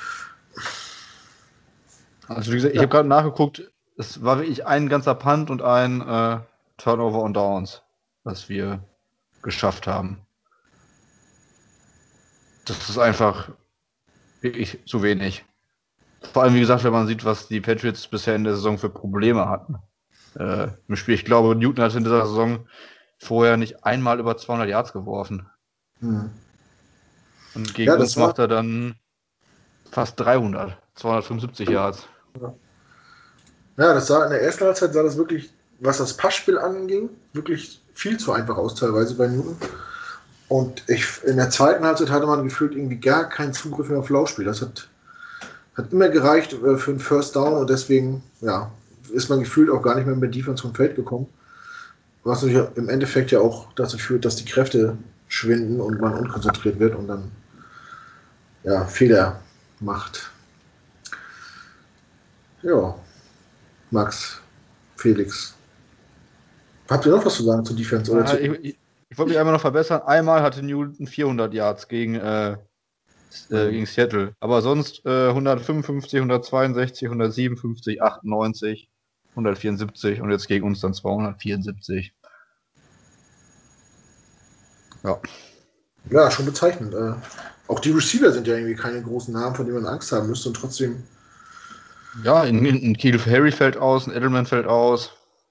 Also wie gesagt, ich habe gerade nachgeguckt, es war wirklich ein ganzer Punt und ein Turnover und Downs, was wir geschafft haben. Das ist einfach wirklich zu wenig. Vor allem, wie gesagt, wenn man sieht, was die Patriots bisher in der Saison für Probleme hatten. Im Spiel, ich glaube, Newton hat in dieser Saison vorher nicht einmal über 200 Yards geworfen. Hm. Und gegen Ja, uns macht er dann fast 300, 275 Yards. ja, das sah in der ersten Halbzeit sah das wirklich, was das Passspiel anging, wirklich viel zu einfach aus teilweise bei Newton. Und in der zweiten Halbzeit hatte man gefühlt irgendwie gar keinen Zugriff mehr auf Laufspiel. Das hat immer gereicht für einen First Down und deswegen, ja, ist man gefühlt auch gar nicht mehr mit Defense vom Feld gekommen. Was natürlich im Endeffekt ja auch dazu führt, dass die Kräfte schwinden und man unkonzentriert wird und dann ja, Fehler macht. Ja, Max, Felix. Habt ihr noch was zu sagen zu Defense oder zu. Ich wollte mich einmal noch verbessern. Einmal hatte Newton 400 Yards gegen Seattle. Aber sonst 155, 162, 157, 98, 174 und jetzt gegen uns dann 274. Ja. Ja, schon bezeichnend. Auch die Receiver sind ja irgendwie keine großen Namen, von denen man Angst haben müsste und trotzdem. Ja, in Kiel Harry fällt aus, ein Edelman fällt aus.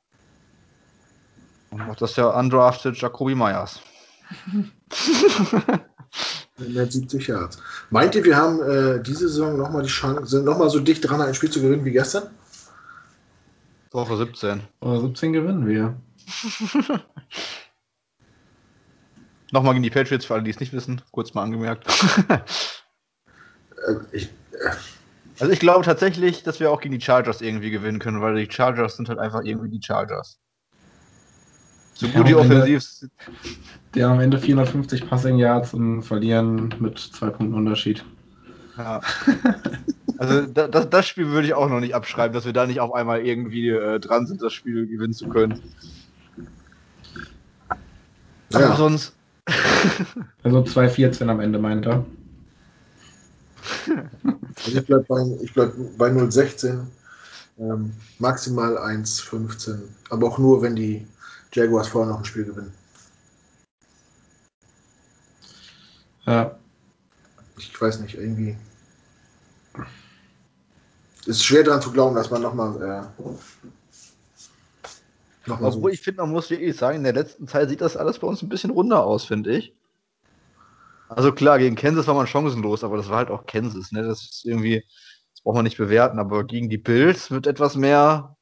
Und noch das ja undrafted Jacoby Myers. 170 Yards. Meint ihr, wir haben diese Saison nochmal die Chance, sind nochmal so dicht dran, ein Spiel zu gewinnen wie gestern? Woche 17. Oder 17 gewinnen wir. Nochmal gegen die Patriots, für alle, die es nicht wissen, kurz mal angemerkt. Ich, Also ich glaube tatsächlich, dass wir auch gegen die Chargers irgendwie gewinnen können, weil die Chargers sind halt einfach irgendwie die Chargers. So gut die Offensivs. Die haben am Ende 450 Passing Yards und verlieren mit 2 Punkten Unterschied. Ja. Also das Spiel würde ich auch noch nicht abschreiben, dass wir da nicht auf einmal irgendwie dran sind, das Spiel gewinnen zu können. ja. Aber sonst. Also 2,14 am Ende, meint er. Also ich bleib bei 0,16. Maximal 1,15. Aber auch nur, wenn die Jaguars vorher noch ein Spiel gewinnen. Ja. Ich weiß nicht, irgendwie. Es ist schwer daran zu glauben, dass man nochmal Obwohl so. ich finde, man muss wirklich sagen, in der letzten Zeit sieht das alles bei uns ein bisschen runder aus, finde ich. Also klar, gegen Kansas war man chancenlos, aber das war halt auch Kansas, ne? Das ist irgendwie, das braucht man nicht bewerten, aber gegen die Bills wird etwas mehr,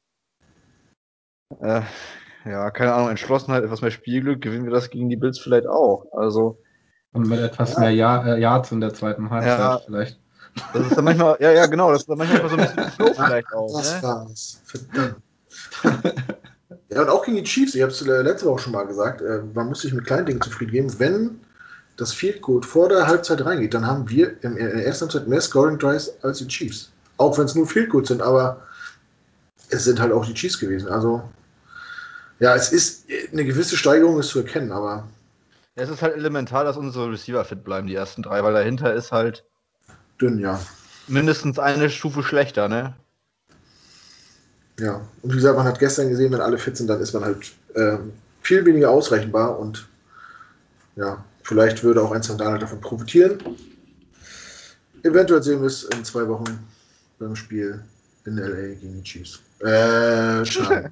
ja, keine Ahnung, Entschlossenheit, etwas mehr Spielglück, gewinnen wir das gegen die Bills vielleicht auch. Also, Und mit etwas Ja, mehr Yards in der zweiten Halbzeit ja, vielleicht. das ist dann manchmal, ja, genau, das ist dann manchmal so ein bisschen Flow vielleicht auch, das ne? war's. Verdammt. Ja, und auch gegen die Chiefs, ich habe es letzte Woche schon mal gesagt, man muss sich mit kleinen Dingen zufrieden geben. Wenn das Field Goal vor der Halbzeit reingeht, dann haben wir in der ersten Halbzeit mehr Scoring Drives als die Chiefs. Auch wenn es nur Field Goals sind, aber es sind halt auch die Chiefs gewesen. Also, ja, es ist eine gewisse Steigerung ist zu erkennen, aber Ja, es ist halt elementar, dass unsere Receiver fit bleiben, die ersten drei, weil dahinter ist halt dünn, ja. mindestens eine Stufe schlechter, ne? Ja. Und wie gesagt, man hat gestern gesehen, wenn alle fit sind, dann ist man halt viel weniger ausrechenbar und ja, vielleicht würde auch ein Sandal davon profitieren. Eventuell sehen wir es in 2 Wochen beim Spiel in LA gegen die Chiefs. Schade.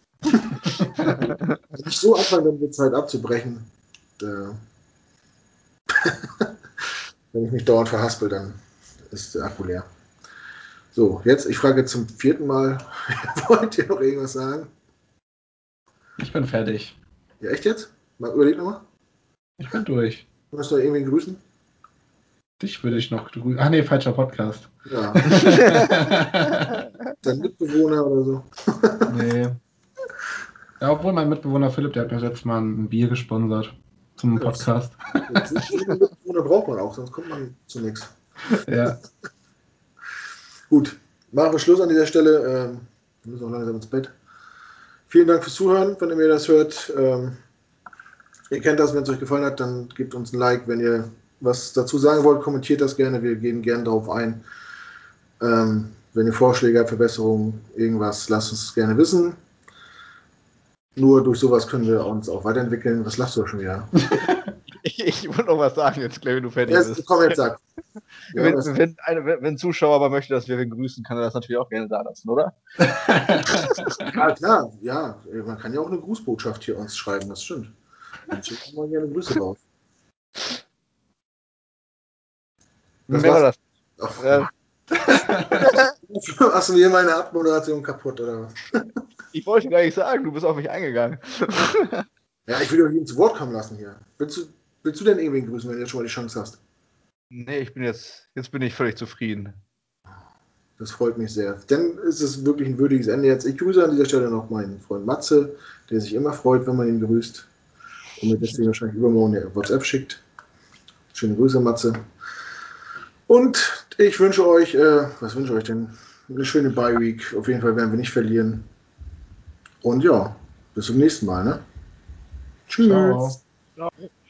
Wenn ich so anfange, dann wird Zeit abzubrechen. Äh, wenn ich mich dauernd verhaspel, dann ist der Akku leer. So, jetzt, ich frage jetzt zum 4. Mal, wollt ihr noch irgendwas sagen? Ich bin fertig. Ja, echt jetzt? Mal überleg nochmal. Ich bin durch. Möchtest du irgendwen grüßen? Dich würde ich noch grüßen. Ach nee, falscher Podcast. Ja, dein Mitbewohner oder so. Nee. Ja, obwohl mein Mitbewohner Philipp, der hat mir letztes Mal ein Bier gesponsert zum Ja, Podcast. so einen Mitbewohner braucht man auch, sonst kommt man zu nichts. Ja. Gut, machen wir Schluss an dieser Stelle. Wir müssen auch langsam ins Bett. Vielen Dank fürs Zuhören, wenn ihr mir das hört. Ihr kennt das, wenn es euch gefallen hat, dann gebt uns ein Like. Wenn ihr was dazu sagen wollt, kommentiert das gerne. Wir gehen gerne darauf ein. Wenn ihr Vorschläge habt, Verbesserungen, irgendwas, lasst uns das gerne wissen. Nur durch sowas können wir uns auch weiterentwickeln. Was lachst du schon wieder? Ich wollte noch was sagen, jetzt, wenn du fertig Jetzt, bist. komm, jetzt sag. Ja, Wenn ein Zuschauer aber möchte, dass wir ihn grüßen, kann er das natürlich auch gerne da lassen, oder? ja, klar. Ja, man kann ja auch eine Grußbotschaft hier uns schreiben, das stimmt. Dann schicken wir gerne Grüße raus. Das Mehr war war's. das. Ach, hast du mir meine Abmoderation kaputt, oder was? Ich wollte gar nicht sagen, du bist auf mich eingegangen. Ja, ich will doch jeden zu Wort kommen lassen hier. Willst du denn irgendwen grüßen, wenn du jetzt schon mal die Chance hast? Nee, jetzt bin ich völlig zufrieden. Das freut mich sehr. Dann ist es wirklich ein würdiges Ende jetzt. Ich grüße an dieser Stelle noch meinen Freund Matze, der sich immer freut, wenn man ihn grüßt. Und mir deswegen wahrscheinlich übermorgen eine WhatsApp schickt. Schöne Grüße, Matze. Und ich wünsche euch, was wünsche ich euch denn? Eine schöne Bye-Week. Auf jeden Fall werden wir nicht verlieren. Und ja, bis zum nächsten Mal, ne? Ciao. Tschüss. Ja.